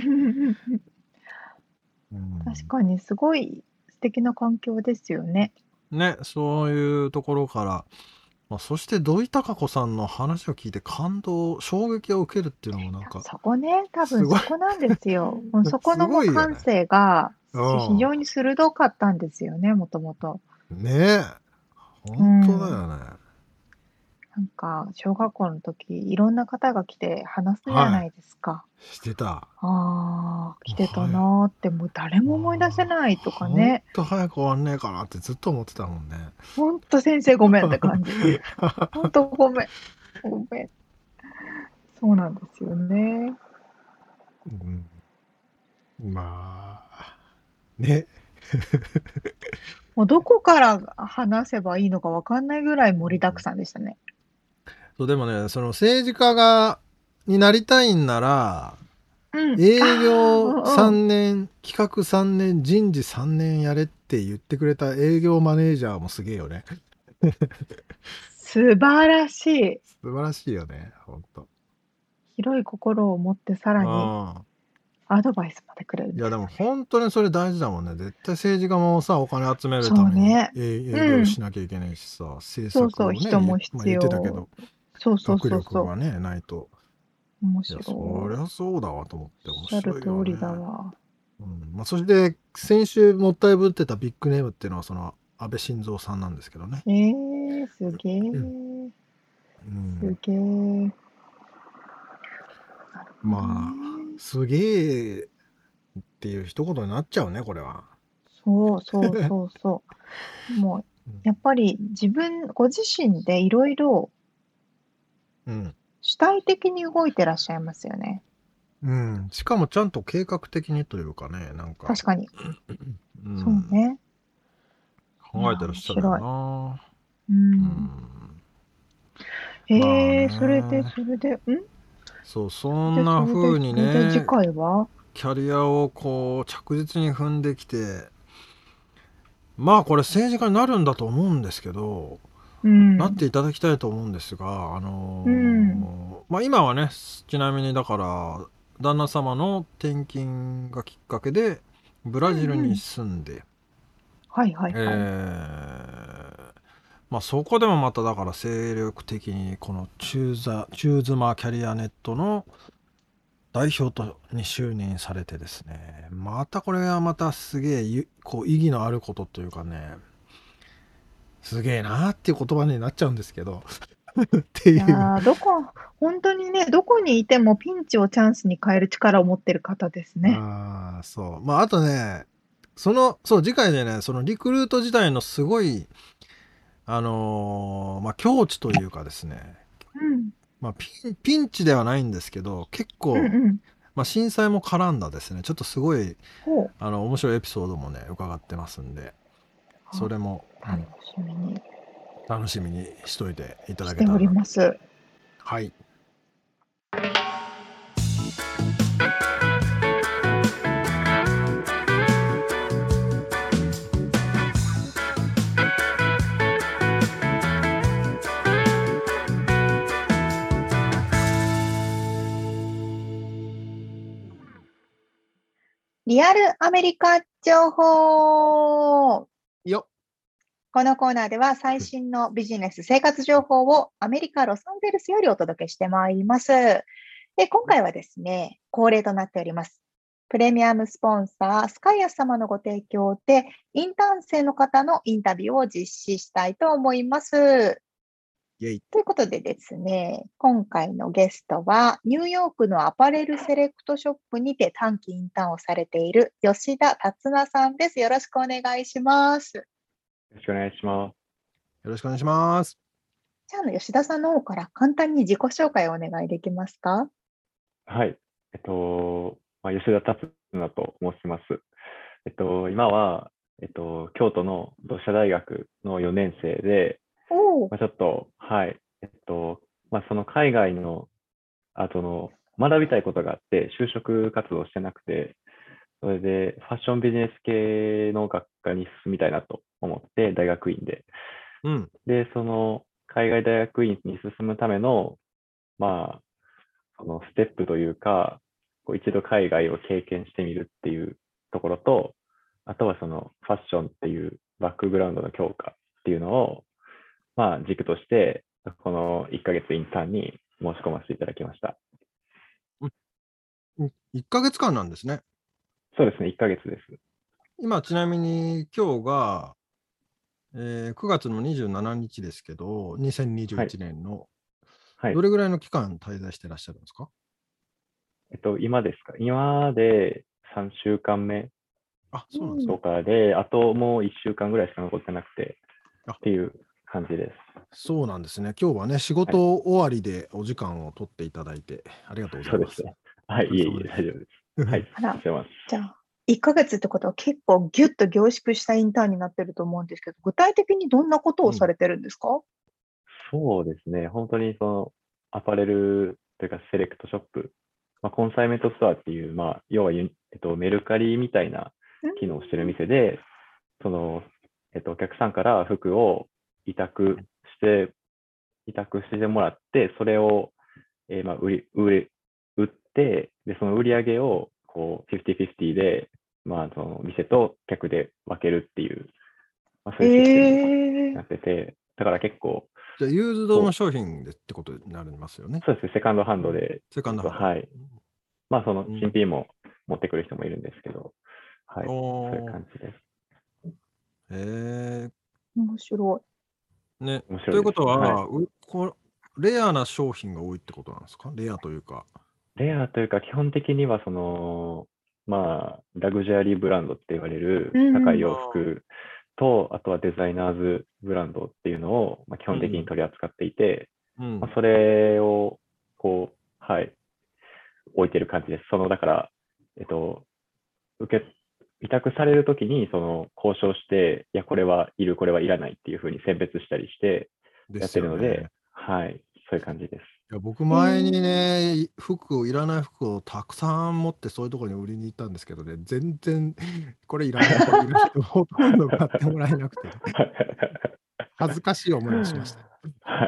確かにすごい素敵な環境ですよね。
ね、そういうところから、まあ、そして土井孝子さんの話を聞いて衝撃を受けるっていうのもなんか
そこね、多分そこなんですよ。そこのもう感性が非常に鋭かったんですよね、もともと。
ねえ、本当だよね。
なんか、小学校の時、いろんな方が来て話すじゃないですか。
してた。
来てたなーって、もう誰も思い出せないとかね。
ほんと早く終わんねえかなってずっと思ってたもんね。
ほんと先生ごめんって感じ。ほんとごめん。そうなんですよね。
まあ、ね。
もうどこから話せばいいのかわかんないぐらい盛りだくさんでしたね。
そう、でもね、その政治家になりたいんなら、営業3年、企画3年、人事3年やれって言ってくれた営業マネージャーもすげえよね。
素晴らしい。
素晴らしいよね、ほんと。
広い心を持ってさらにアドバイスまでくれるんです。
いやでも本当にそれ大事だもんね。絶対政治家もさ、お金集めるために営業しなきゃいけないしさ、政策をね、
人も必要。
言ってたけど、学力がね、ないと。
面白い。
そりゃそうだわと思って面
白いよね。おっしゃる通りだわ。
まあ、そして先週もったいぶってたビッグネームっていうのはその安倍晋三さんなんですけどね。
すげえ。すげえ。
まあすげえっていう一言になっちゃうね、これは。
そうもうやっぱりご自身でいろいろ主体的に動いてらっしゃいますよね。
うん。しかもちゃんと計画的にというかね、なんか、
確かに。
う、
そうんね。
考えてらっしゃるよな。
う
うん。
ん。
まあ
それで、
ね。そう、そんな風に
それで次
ね、
回は
キャリアをこう着実に踏んできて、まあこれ政治家になるんだと思うんですけど、なっていただきたいと思うんですが、まあ今はね、ちなみにだから旦那様の転勤がきっかけでブラジルに住んで、まあそこでもまただから精力的にこのチューズマキャリアネットの代表に就任されてですね、またこれはまたすげえこう意義のあることというかね、すげえなーっていう言葉になっちゃうんですけどっていう。
本当にね、どこにいてもピンチをチャンスに変える力を持ってる方ですね。
ああ、そう。まああとね、そう次回でね、そのリクルート自体のすごいまあ境地というかですね、まあピンチではないんですけど、結構、まあ震災も絡んだですね、ちょっとすごい面白いエピソードもね伺ってますんで、それも、楽しみにしといていただけたら
しております。
はい。
リアルアメリカ情報。
よ。
このコーナーでは最新のビジネス生活情報をアメリカ・ロサンゼルスよりお届けしてまいります。で、今回はですね、恒例となっております。プレミアムスポンサー、スカイアス様のご提供で、インターン生の方のインタビューを実施したいと思います。ということでですね、今回のゲストは、ニューヨークのアパレルセレクトショップにて短期インターンをされている吉田達奈さんです。よろしくお願いします。
よろしくお願いします。
よろしくお願いします。
じゃあ、吉田さんの方から簡単に自己紹介をお願いできますか？
はい。吉田達奈と申します。今は、京都の同志社大学の4年生で、ちょっと、はい。その海外の後の学びたいことがあって、就職活動してなくて、それでファッションビジネス系の学科に進みたいなと思って、大学院で。で、その海外大学院に進むための、まあ、そのステップというか、一度海外を経験してみるっていうところと、あとはそのファッションっていうバックグラウンドの強化っていうのを、まあ、軸として、この1ヶ月インターンに申し込ませていただきました。
1ヶ月間なんですね。
そうですね、1ヶ月です。
今、ちなみに今日が、9月の27日ですけど、2021年の、どれぐらいの期間滞在してらっしゃるんですか？
今ですか？今で3週間目とかで、あともう1週間ぐらいしか残ってなくてっていう感じです。
そうなんですね。今日はね、仕事終わりでお時間を取っていただいて、ありがとうございます。
そうですね。はい、いえいえ、大丈夫です。はい、
じゃあ、1ヶ月ってことは結構ギュッと凝縮したインターンになってると思うんですけど、具体的にどんなことをされてるんですか？
そうですね。本当にそのアパレルというかセレクトショップ、コンサイメントストアっていう、要は、メルカリみたいな機能をしてる店で、その、お客さんから服を委託してもらって、それを、売って、で、その売り上げを、50-50で、その店と客で分けるっていう、そういうシステムになってて、だから結構、
じゃあ、ユーズドの商品でってことになりますよね。
そうですね、セカンドハンドで。
セカンドハンド。
はい。その新品も持ってくる人もいるんですけど、はい。そういう感じです。
面白
い。ね。ということは、レアな商品が多いってことなんですか？レアというか。
レアというか、基本的にはその、ラグジュアリーブランドって言われる高い洋服と、あとはデザイナーズブランドっていうのを基本的に取り扱っていて、それをこう、はい、置いてる感じです。だから、委託されるときに、交渉して、いや、これはいる、これはいらないっていうふうに選別したりしてやって
ですよね。
るので、はい、そういう感じです。
いや僕前にね、いらない服をたくさん持ってそういうところに売りに行ったんですけどね、全然これいらない、これいらないとほとんど買ってもらえなくて、恥ずかしい思いをしました。
はい。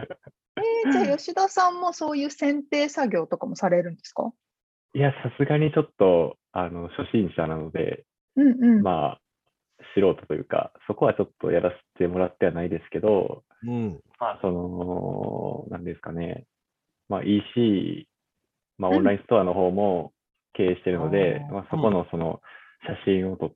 じゃあ吉田さんもそういう選定作業とかもされるんですか？
いや、さすがにちょっと、初心者なので、
うんうん。
まあ、素人というか、そこはちょっとやらせてもらってはないですけど、
うん。
まあ、なんですかね、まあ、EC、まあ、オンラインストアの方も経営しているので、まあ、そこの写真を撮って、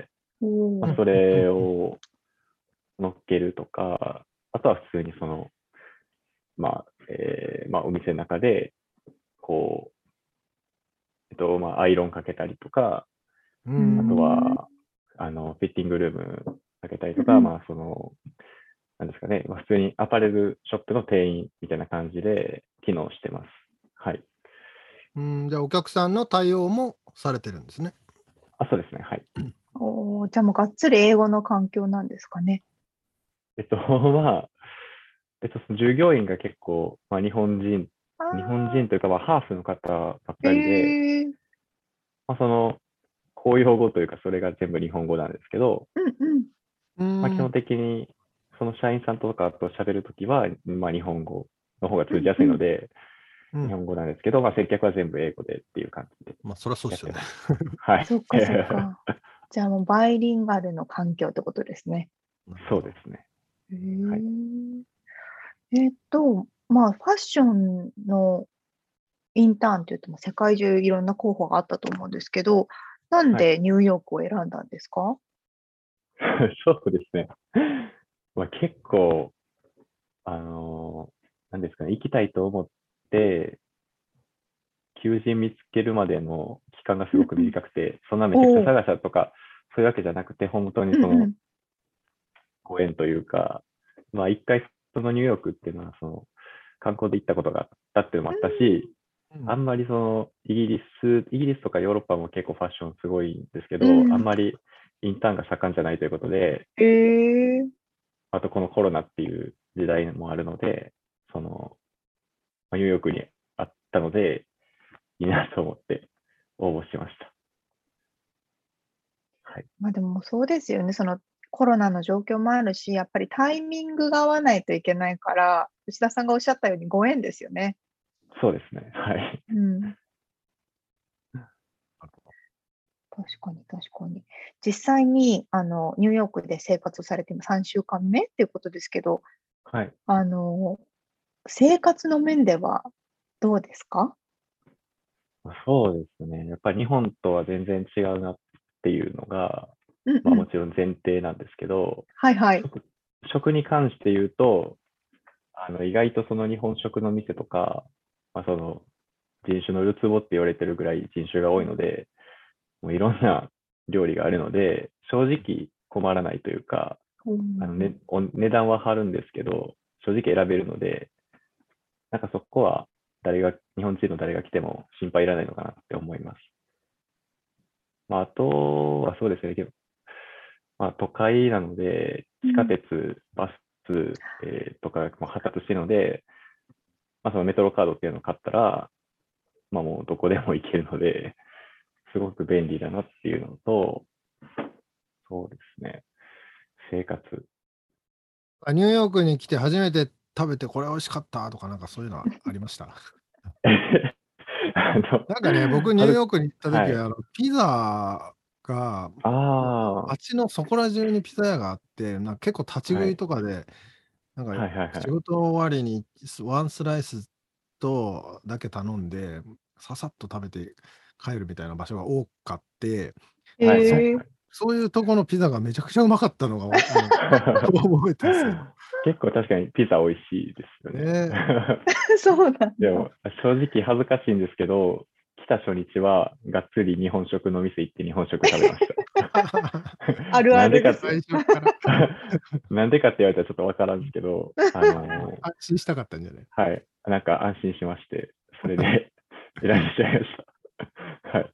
まあ、それを載っけるとか、あとは普通にまあ、まあ、お店の中で、こう、まあ、アイロンかけたりとか、あとは、フィッティングルームかけたりとか、まあ、なんですかね、まあ、普通にアパレルショップの店員みたいな感じで機能してます。はい。
じゃあお客さんの対応もされてるんですね。
そうですね。はい。
じゃあもうがっつり英語の環境なんですかね。
まあ、従業員が結構、まあ、日本人というか、まあ、ハーフの方ばっかりで、まあ、公用語というか、それが全部日本語なんですけど、まあ、基本的に、その社員さんとかと喋るときは、まあ、日本語の方が通じやすいので、日本語なんですけど、まあ、接客は全部英語でっていう感じで。
まあ、そりゃそうですよね。
はい。
そっかそっか。じゃあもうバイリンガルの環境ってことですね。
そうですね。はい、
まあ、ファッションのインターンというと、世界中いろんな候補があったと思うんですけど、なんでニューヨークを選んだんですか？
そうですね。まあ、結構、なんですかね、行きたいと思って、求人見つけるまでの期間がすごく短くて、そんなめちゃくちゃ探したとか、そういうわけじゃなくて、本当にご縁というか、まあ一回そのニューヨークっていうのは、観光で行ったことがあったっていうのもあったし、あんまりイギリスとかヨーロッパも結構ファッションすごいんですけど、あんまりインターンが盛んじゃないということで、あとこのコロナっていう時代もあるので、ニューヨークにあったので、いいなと思って応募しました。はい。
まあでもそうですよね。コロナの状況もあるし、やっぱりタイミングが合わないといけないから、吉田さんがおっしゃったようにご縁ですよね。
そうですね。はい。
確かに確かに。実際にニューヨークで生活されて今3週間目っていうことですけど、
はい。
生活の面ではどうですか？
そうですね。やっぱり日本とは全然違うなっていうのが、まあもちろん前提なんですけど、
はいはい。
食に関して言うと、意外と日本食の店とか、まあ、人種のるつぼって言われてるぐらい人種が多いので、もういろんな料理があるので、正直困らないというか、値段は張るんですけど、正直選べるので、なんかそこは日本人の誰が来ても心配いらないのかなって思います。まあ、あとはそうですね、まあ、都会なので、地下鉄、バス、とかも発達しているので、まあ、そのメトロカードっていうのを買ったら、まあ、もうどこでも行けるので、すごく便利だなっていうのと、そうですね、生活。
ニューヨークに来て初めて食べてこれ美味しかったとか、なんかそういうのはありました？なんかね、僕ニューヨークに行った時は、ピザが、街のそこら中にピザ屋があって、なんか結構立ち食いとかで、なんか仕事終わりにワンスライスとだけ頼んで、ささっと食べて帰るみたいな場所が多かって、そういうとこのピザがめちゃくちゃうまかったのが覚えてるんですよ。
結構確かにピザ美味しいですよね。
そうなんだ。
でも正直恥ずかしいんですけど、来た初日はがっつり日本食の店行って日本食食べました。
あるあるです。
最初から
なんでかって言われたらちょっとわからんですけど、
安心したかったんじゃない？
はい。なんか安心しまして、それで選んでしまいました。はい。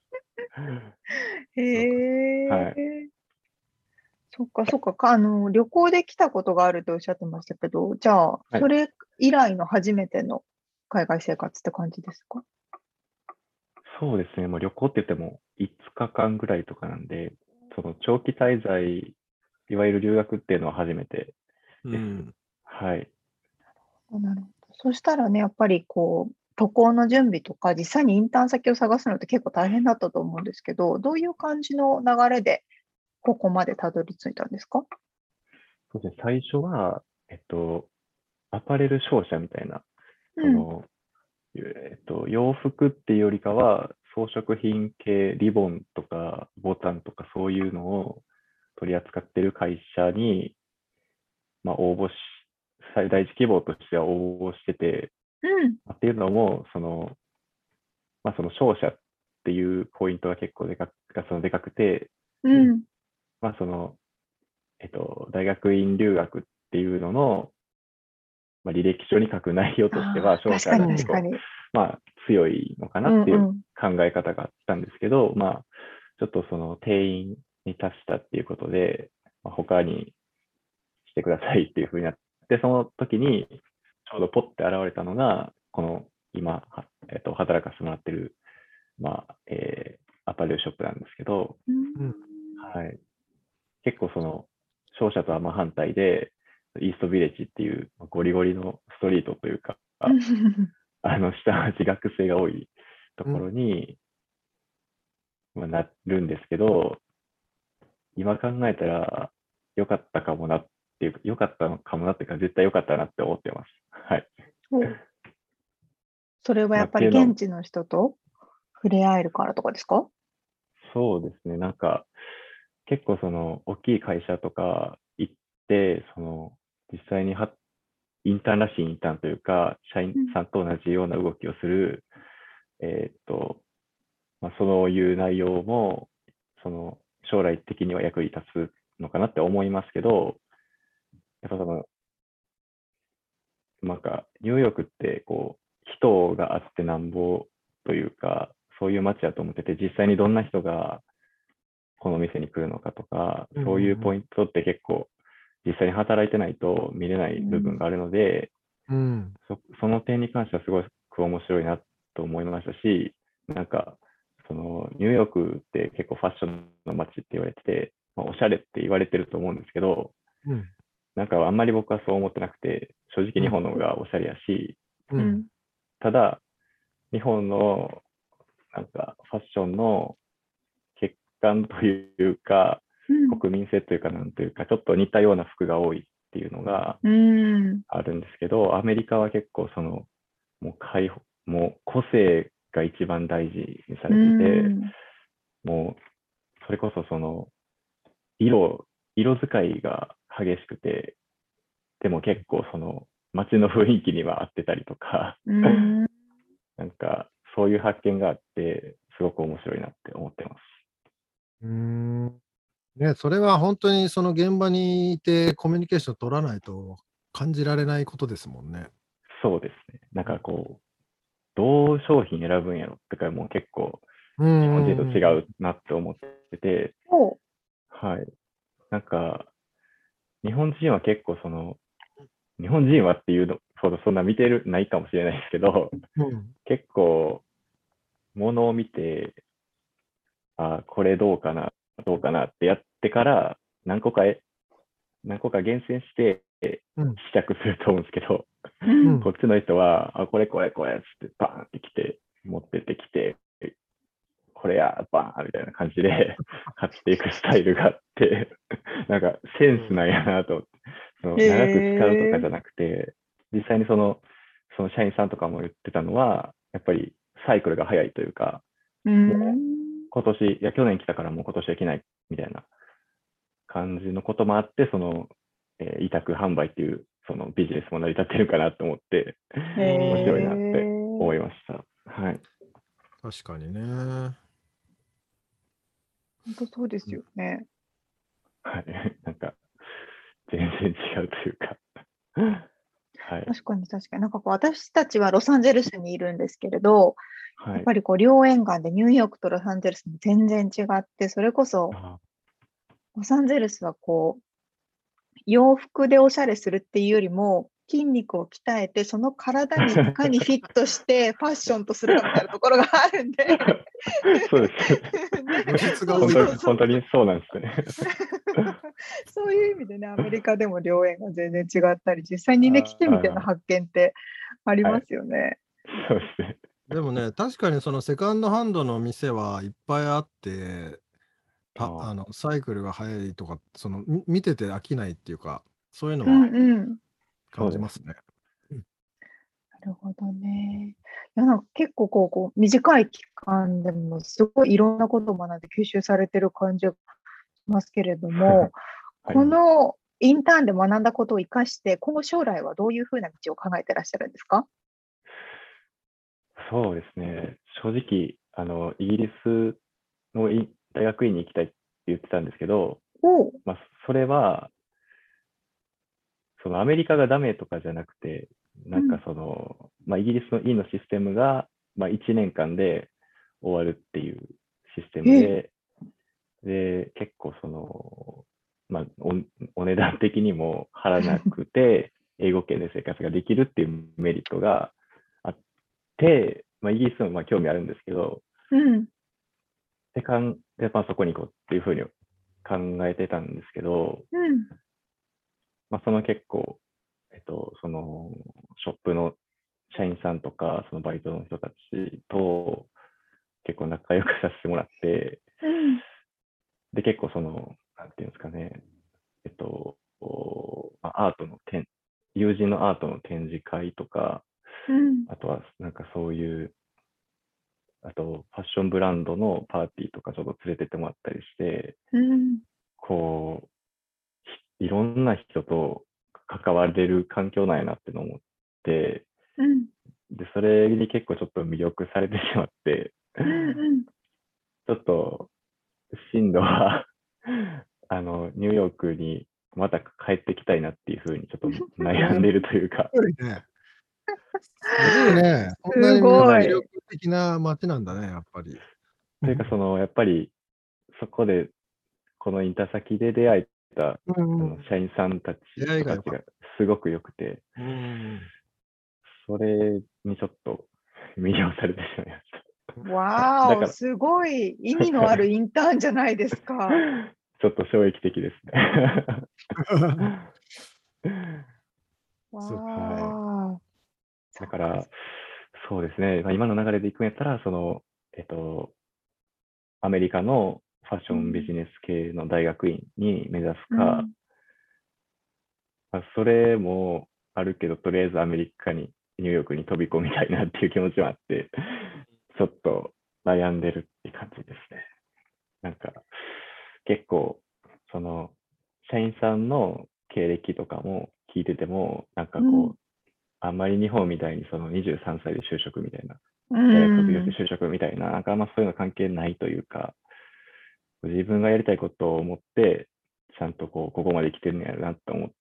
へ
はい。
え。そっかそっか。旅行で来たことがあるとおっしゃってましたけど、じゃあ、
はい
それ以来の初めての海外生活って感じですか？
そうですね。もう旅行って言っても5日間ぐらいとかなんで、その長期滞在、いわゆる留学っていうのは初めてです。
うん。
はい。
なるほど。そしたらね、やっぱりこう、渡航の準備とか、実際にインターン先を探すのって結構大変だったと思うんですけど、どういう感じの流れでここまでたどり着いたんですか？
そうですね。最初は、アパレル商社みたいな、そ
うん。
の、洋服っていうよりかは、装飾品系、リボンとかボタンとかそういうのを取り扱ってる会社に、まあ、最大規模としては応募してて、
うん。
っていうのも、その商社っていうポイントが結構でかくて、
うん。
まあ、大学院留学っていうのの、まあ、履歴書に書く内容としては、
ああ、
商社
確かに
が結構、
確かに。
まあ、強いのか
う
なっていう
んうん。
考え方があったんですけど、まあ、ちょっとその定員に達したっていうことで、まあ、他にしてくださいっていうふうになって、その時にちょうどポッて現れたのが、この今、働かせてもらってる、まあ、アパレルショップなんですけど、
うん
はい。結構その、商社とは真反対で、イーストビレッジっていうゴリゴリのストリートというか、下町学生が多いところに、まあ、なるんですけど、今考えたら良かったかもなっていうか、良かったのかもなっていうか、絶対良かったなって思ってます。はい。
そうそれはや
まあ、
っぱり
っていうの、
現地の人と触れ合えるからとかですか？
そうですね。なんか、結構その、大きい会社とか行って、実際にインターンらしいインターンというか、社員
うん。
さんと同じような動きをする、えーっと、まあ、そういう内容も、将来的には役に立つのかなって思いますけど、やっぱなんか、ニューヨークって、こう、人があってなんぼというか、そういう街だと思ってて、実際にどんな人がこの店に来るのかとか、そういうポイントって結構、実際に働いてないと見れない部分があるので、
うん。
その点に関してはすごく面白いなと思いましたし、なんか、ニューヨークって結構ファッションの街って言われてて、まあ、おしゃれって言われてると思うんですけど、
うん。
なんかあんまり僕はそう思ってなくて、正直日
うん。
本の方がおしゃれやし、
う。
うんん。
ただ、日本のなんかファッションの欠陥というか、
うん。
国民性というか、なんというか、ちょっと似たような服が多いっていうのが
うん。
あるんですけど、アメリカは結構もうもう個性が一番大事にさ
う
れてて、
ん。
もうそれこそ色、色使いが激しくて、でも結構街の雰囲気には合ってたりとか、
うん。
なんかそういう発見があって、すごく面白いなって思ってます。
ね、それは本当にその現場にいてコミュニケーション取らないと感じられないことですもんね。
そうですね。なんかどう商品選ぶんやろってか、もう結構日本人と違うなって思ってて、
そ
はい。なんか、日本人は結構日本人はっていうのほどそんな見てないかもしれないですけど、
うん。
結構、物を見て、これどうかなってやってから、何個か厳選して
うん。
試着すると思うんですけど、
う。う。
うんん。
こっちの人は、これっつってバーンってきて、持ってってきて、これや、バーンみたいな感じで買っていくスタイルがあって、なんかセンスなんやなと思って、長く使うとか
へえ。
じゃなくて、実際にその社員さんとかも言ってたのは、やっぱりサイクルが早いというか、
う
もう
ん。
去年来たからもう今年は来ないみたいな感じのこともあって、委託販売っていう、そのビジネスも成り立ってるかなと思って、
へ
面白いなって思い
え。
ました。はい。
確かにね。
本当そうですよね。
はい。なんか、全然違うというか。はい。
確かに確かに。なんかこう、私たちはロサンゼルスにいるんですけれど、
はい。
やっぱりこう、両沿岸でニューヨークとロサンゼルスも全然違って、それこそ、
あ
ロサンゼルスはこう、洋服でおしゃれするっていうよりも、筋肉を鍛えて、その体にいかにフィットしてファッションとするかみたいなところがあるんで、
そうです。
ね、
露出が
そう
多いから。
本当にそうなんですね。
そういう意味でね、アメリカでも両縁が全然違ったり、実際にね、来てみての発見ってありますよね。
そうですね。
でもね、確かにそのセカンドハンドの店はいっぱいあって、サイクルが速いとか、見てて飽きないっていうか、そういうのは感じますね。
なるほどね。いや、なんか結構こう、短い期間でもすごいいろんなことを学んで吸収されてる感じがしますけれども、
はい
このインターンで学んだことを生かして、今後将来はどういうふうな道を考えてらっしゃるんですか？
そうですね。正直、イギリスの大学院に行きたいって言ってたんですけど、
おう。
まあ、それは、そのアメリカがダメとかじゃなくて、なんかイギリスの院のシステムが、1年間で終わるっていうシステムで、結構お値段的にも払わなくて、英語圏で生活ができるっていうメリットがあって、イギリスも興味あるんですけど、で、そこに行こうっていうふうに考えてたんですけど、その結構、ショップの社員さんとか、そのバイトの人たちと結構仲良くさせてもらって、で、結構なんていうんですかね、アートの友人のアートの展示会とか、あとはなんかそういう、あとファッションブランドのパーティーとかちょっと連れてってもらったりして、こう、いろんな人と関われる環境なんやなってのを思って、で、それに結構ちょっと魅力されてしまって、ちょっと進路はニューヨークにまた帰ってきたいなっていうふうにちょっと悩んでるというか。
すごいね。すごいね。こんなに魅力的な街なんだね、やっぱり。
というか、やっぱりそこで、このインター先で出会えた社員さんたちとかがすごく良くて、それにちょっと魅了されてしまいました。
わーお、すごい意味のあるインターンじゃないですか。
ちょっと衝撃的ですね。
わー。
だから、そうですね、今の流れでいくんやったら、アメリカのファッションビジネス系の大学院に目指すか、それもあるけど、とりあえずアメリカに、ニューヨークに飛び込みたいなっていう気持ちもあって、ちょっと悩んでるって感じですね。なんか、結構、社員さんの経歴とかも聞いてても、なんかこう、あんまり日本みたいに23歳で就職みたいな、大学卒業して就職みたいな、なんかあんまそういうの関係ないというか、自分がやりたいことを思って、ちゃんとここまで来てるんやろなと思って、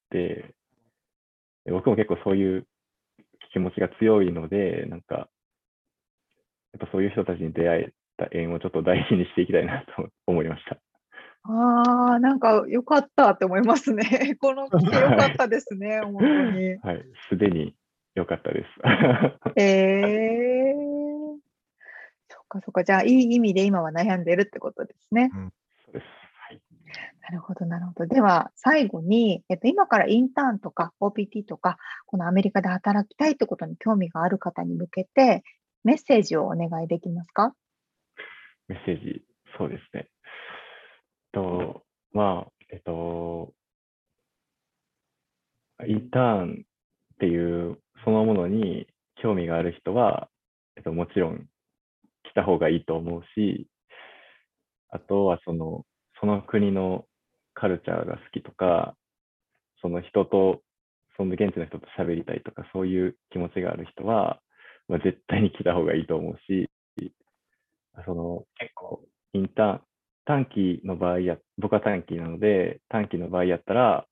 僕も結構そういう気持ちが強いので、なんか、やっぱそういう人たちに出会えた縁をちょっと大事にしていきたいなと思いました。
なんか良かったって思いますね。この来て良かったですね、本当に。
はい、すでに良かったです。
そっかそっか。じゃあ、いい意味で今は悩んでるってことですね。
そうです。はい。
なるほど、なるほど。では、最後に、今からインターンとか OPT とか、このアメリカで働きたいってことに興味がある方に向けて、メッセージをお願いできますか？
メッセージ、そうですね。インターンっていうそのものに興味がある人は、もちろん来た方がいいと思うし、あとはその国のカルチャーが好きとか、その現地の人と喋りたいとか、そういう気持ちがある人は、絶対に来た方がいいと思うし、結構インターン、 短期の場合僕は短期なので、短期の場合やったら、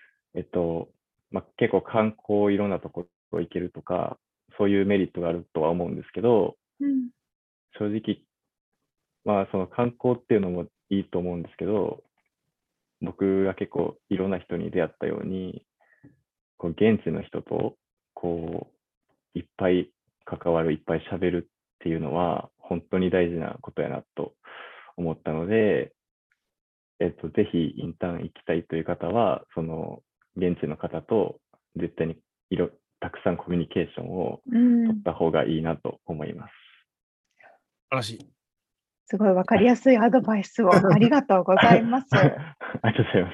結構観光いろんなところ行けるとか、そういうメリットがあるとは思うんですけど、正直、その観光っていうのもいいと思うんですけど、僕が結構いろんな人に出会ったように、こう現地の人とこういっぱい関わる、いっぱい喋るっていうのは本当に大事なことやなと思ったので、ぜひインターン行きたいという方は、その現地の方と絶対にたくさんコミュニケーションを取った方がいいなと思います。
素晴らしい。
すごいわかりやすいアドバイスをありがとうございます。
ありがとうございます。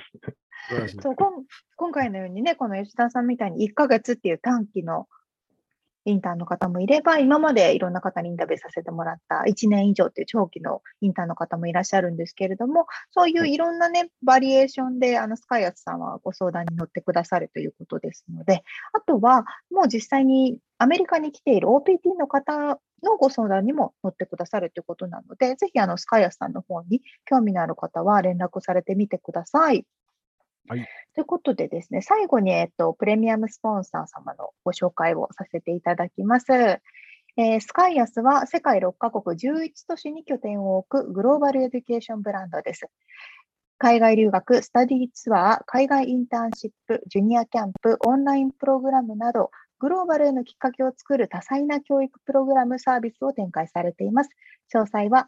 そう今回のようにね、この吉田さんみたいに1ヶ月っていう短期のインターンの方もいれば、今までいろんな方にインタビューさせてもらった1年以上っていう長期のインターンの方もいらっしゃるんですけれども、そういういろんなね、バリエーションで、スカイアスさんはご相談に乗ってくださるということですので、あとはもう実際にアメリカに来ている OPT の方のご相談にも乗ってくださるということなので、ぜひスカイアスさんの方に興味のある方は連絡されてみてください。
はい。
ということでですね、最後に、プレミアムスポンサー様のご紹介をさせていただきます。スカイアスは世界6カ国11都市に拠点を置くグローバルエデュケーションブランドです。海外留学、スタディツアー、海外インターンシップ、ジュニアキャンプ、オンラインプログラムなど、グローバルへのきっかけを作る多彩な教育プログラムサービスを展開されています。詳細は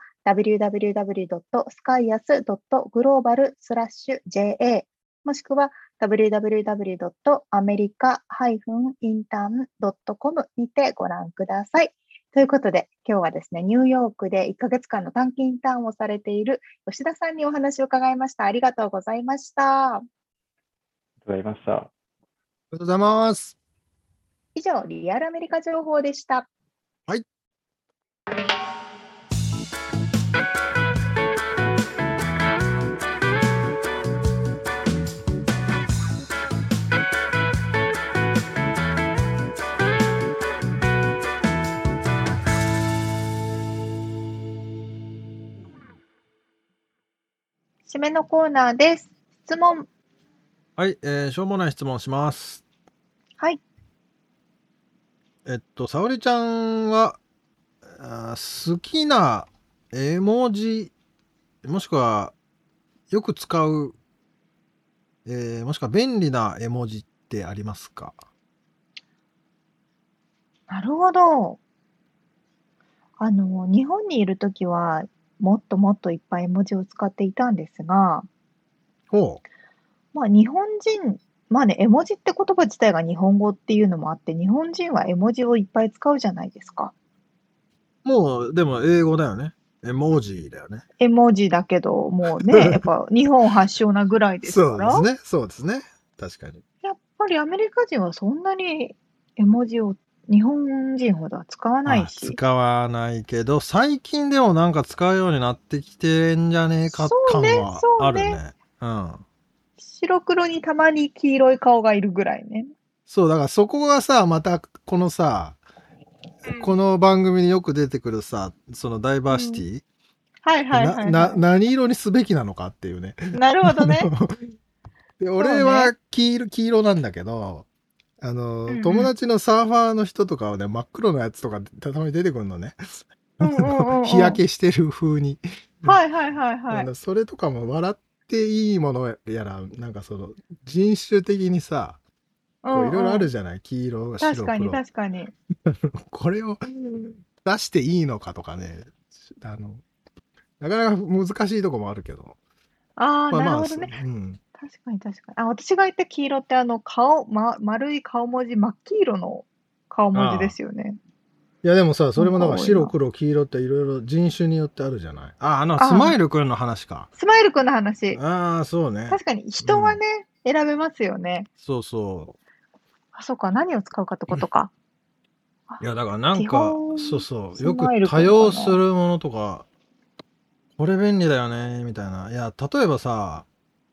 www.skyas.global/JA もしくは www.america-intern.com にてご覧ください。ということで、今日はですね、ニューヨークで1ヶ月間の短期インターンをされている吉田さんにお話を伺いました。ありがとうございました。
ありがとうございました。
ありがとうございます。
以上、リアルアメリカ情報でした。
はい。
締めのコーナーです。質問。
はい、しょうもない質問します。
はい。
沙織ちゃんは好きな絵文字、もしくはよく使う、もしくは便利な絵文字ってありますか？
なるほど。日本にいるときは、もっともっといっぱい絵文字を使っていたんですが、
ほう。
日本人、絵文字って言葉自体が日本語っていうのもあって、日本人は絵文字をいっぱい使うじゃないですか。
もう、でも英語だよね。絵文字だよね。
絵文字だけど、もうね、やっぱ日本発祥なぐらいですから。
そうですね。そうですね。確かに。
やっぱりアメリカ人はそんなに絵文字を日本人ほどは使わないし。
使わないけど、最近でもなんか使うようになってきてんじゃねえか感はあるね。うん。
白黒にたまに黄色い顔がいるぐらいね。
そう、だからそこがさ、またこのさ、この番組によく出てくるさ、そのダイバーシティ、
はいはいはい、はい。
何色にすべきなのかっていうね。
なるほどね。
で俺は黄色なんだけど、友達のサーファーの人とかはね、真っ黒のやつとかたまに出てくるのね。日焼けしてる風に。
はいはいはいはい。
それとかも笑っていいものやら、なんかその人種的にさ、いろいろあるじゃない、黄色、白黒。
確かに確かに。
これを出していいのかとかね、なかなか難しいとこもあるけど。
なるほどね。確かに確かに。私が言った黄色って丸い顔文字、真っ黄色の顔文字ですよね。
いやでもさ、それもなんか白黒黄色っていろいろ人種によってあるじゃない。スマイルくんの話か。
スマイルくんの話。
そうね。
確かに人はね、選べますよね。
そうそう。
そうか、何を使うかってことか。
いやだからなんか、そうそう、よく多用するものとか、これ便利だよね、みたいな。いや、例えばさ、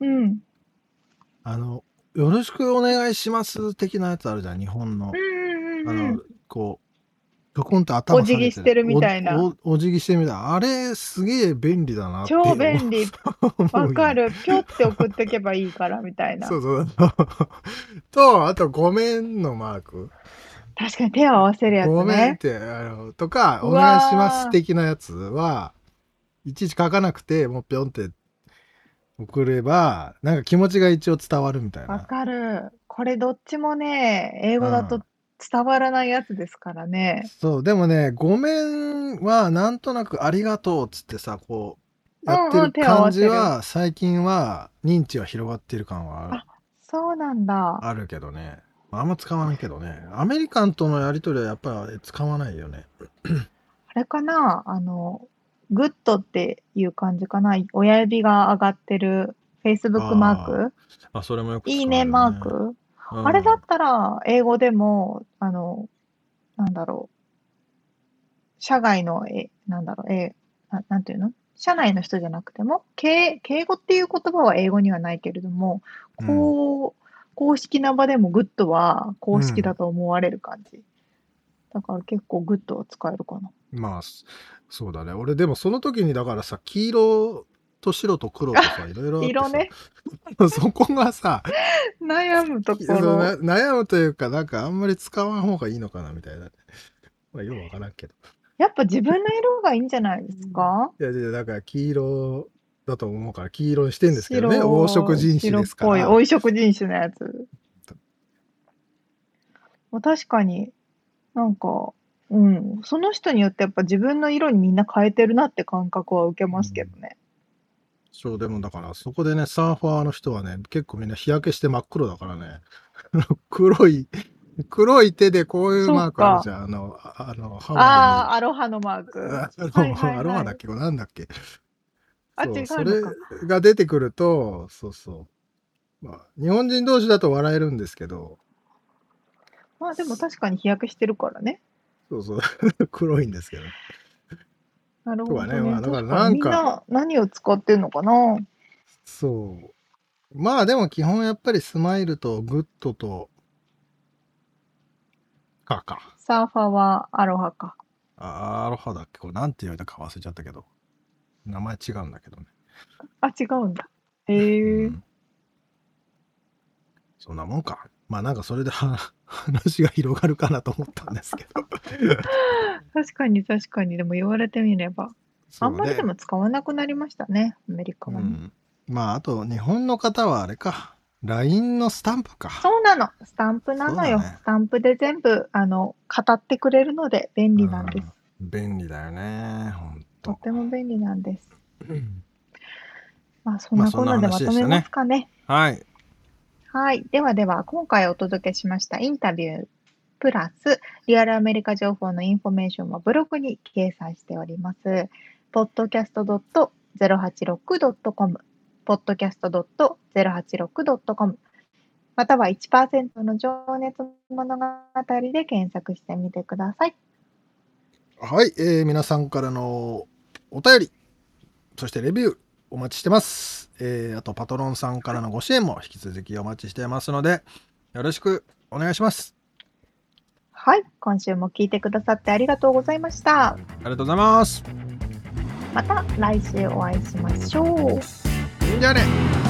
よろしくお願いします的なやつあるじゃん、日本の。こう、 ちょこんと頭
お辞儀してるみたいな。
お辞儀してるみたいな。あれ、すげえ便利だなって。
超便利。わかる。ぴょって送ってけばいいからみたいな。
そうそう。と、あと、ごめんのマーク。
確かに手を合わせるやつね。
ごめんって、とか、お願いします的なやつは、いちいち書かなくて、もうぴょんって送れば、なんか気持ちが一応伝わるみたいな。
わかる。これどっちもね、英語だと伝わらないやつですからね。
そう、でもね、ごめんはなんとなくありがとうっつってさ、こう、やってる感じは、最近は認知は広がってる感は
あ、そうなんだ。
あるけどね。あんま使わないけどね。アメリカンとのやりとりはやっぱり使わないよね。
あれかな、グッドっていう感じかな。親指が上がってる Facebook マーク。
あ、それもよく使う、ね。
いいねマーク。あれだったら、英語でも、なんだろう。社外の、なんていうの？社内の人じゃなくても、敬語っていう言葉は英語にはないけれども、公式な場でもグッドは公式だと思われる感じ。だから結構グッドは使えるかな。
まあ、そうだね。俺でもその時にだからさ、黄色と白と黒とさ、いろいろあってさ。
色ね。
そこがさ、
悩むところ。
悩むというか、なんかあんまり使わん方がいいのかなみたいな。まあ、よくわからんけど。
やっぱ自分の色がいいんじゃないですか？
いや、だから黄色だと思うから黄色にしてんですけどね。黄色人種ですから。
白っぽい、黄色人種のやつ。確かに、なんか、その人によってやっぱ自分の色にみんな変えてるなって感覚は受けますけどね。
そう、でもだからそこでね、サーファーの人はね、結構みんな日焼けして真っ黒だからね。黒い手でこういうマークあるじゃん。ハワイに。
アロハのマーク。
アロハだっけ？なんだっけ？
違う
それが出てくると、そうそう。まあ、日本人同士だと笑えるんですけど。
まあでも確かに日焼けしてるからね。
そうそう。黒いんですけど。
なるほどね。
まあ、だからなんか
みんな何を使ってんのかな？
そう。まあでも基本やっぱりスマイルとグッドとか。
サーファーはアロハか。
アロハだっけ？これなんて言われたか忘れちゃったけど。名前違うんだけどね。
違うんだ。へえ。
そんなもんか。まあなんかそれで話が広がるかなと思ったんですけど。
確かに。でも言われてみれば。あんまりでも使わなくなりましたね、アメリカは。
まああと日本の方はあれか。LINE のスタンプか。
そうなの。スタンプなのよ。スタンプで全部、語ってくれるので便利なんです。
便利だよね。ほんと。
とても便利なんです。まあそんなこんなでまとめますかね。
はい。
はい。では今回お届けしましたインタビュープラスリアルアメリカ情報のインフォメーションはブログに掲載しております。podcast.086.com podcast.086.com または 1% の情熱物語で検索してみてください。
はい、皆さんからのお便り、そしてレビューお待ちしてます。あとパトロンさんからのご支援も引き続きお待ちしていますので、よろしくお願いします。
はい、今週も聞いてくださってありがとうございました。
ありがとうございます。
また来週お会いしましょう。
じゃあね。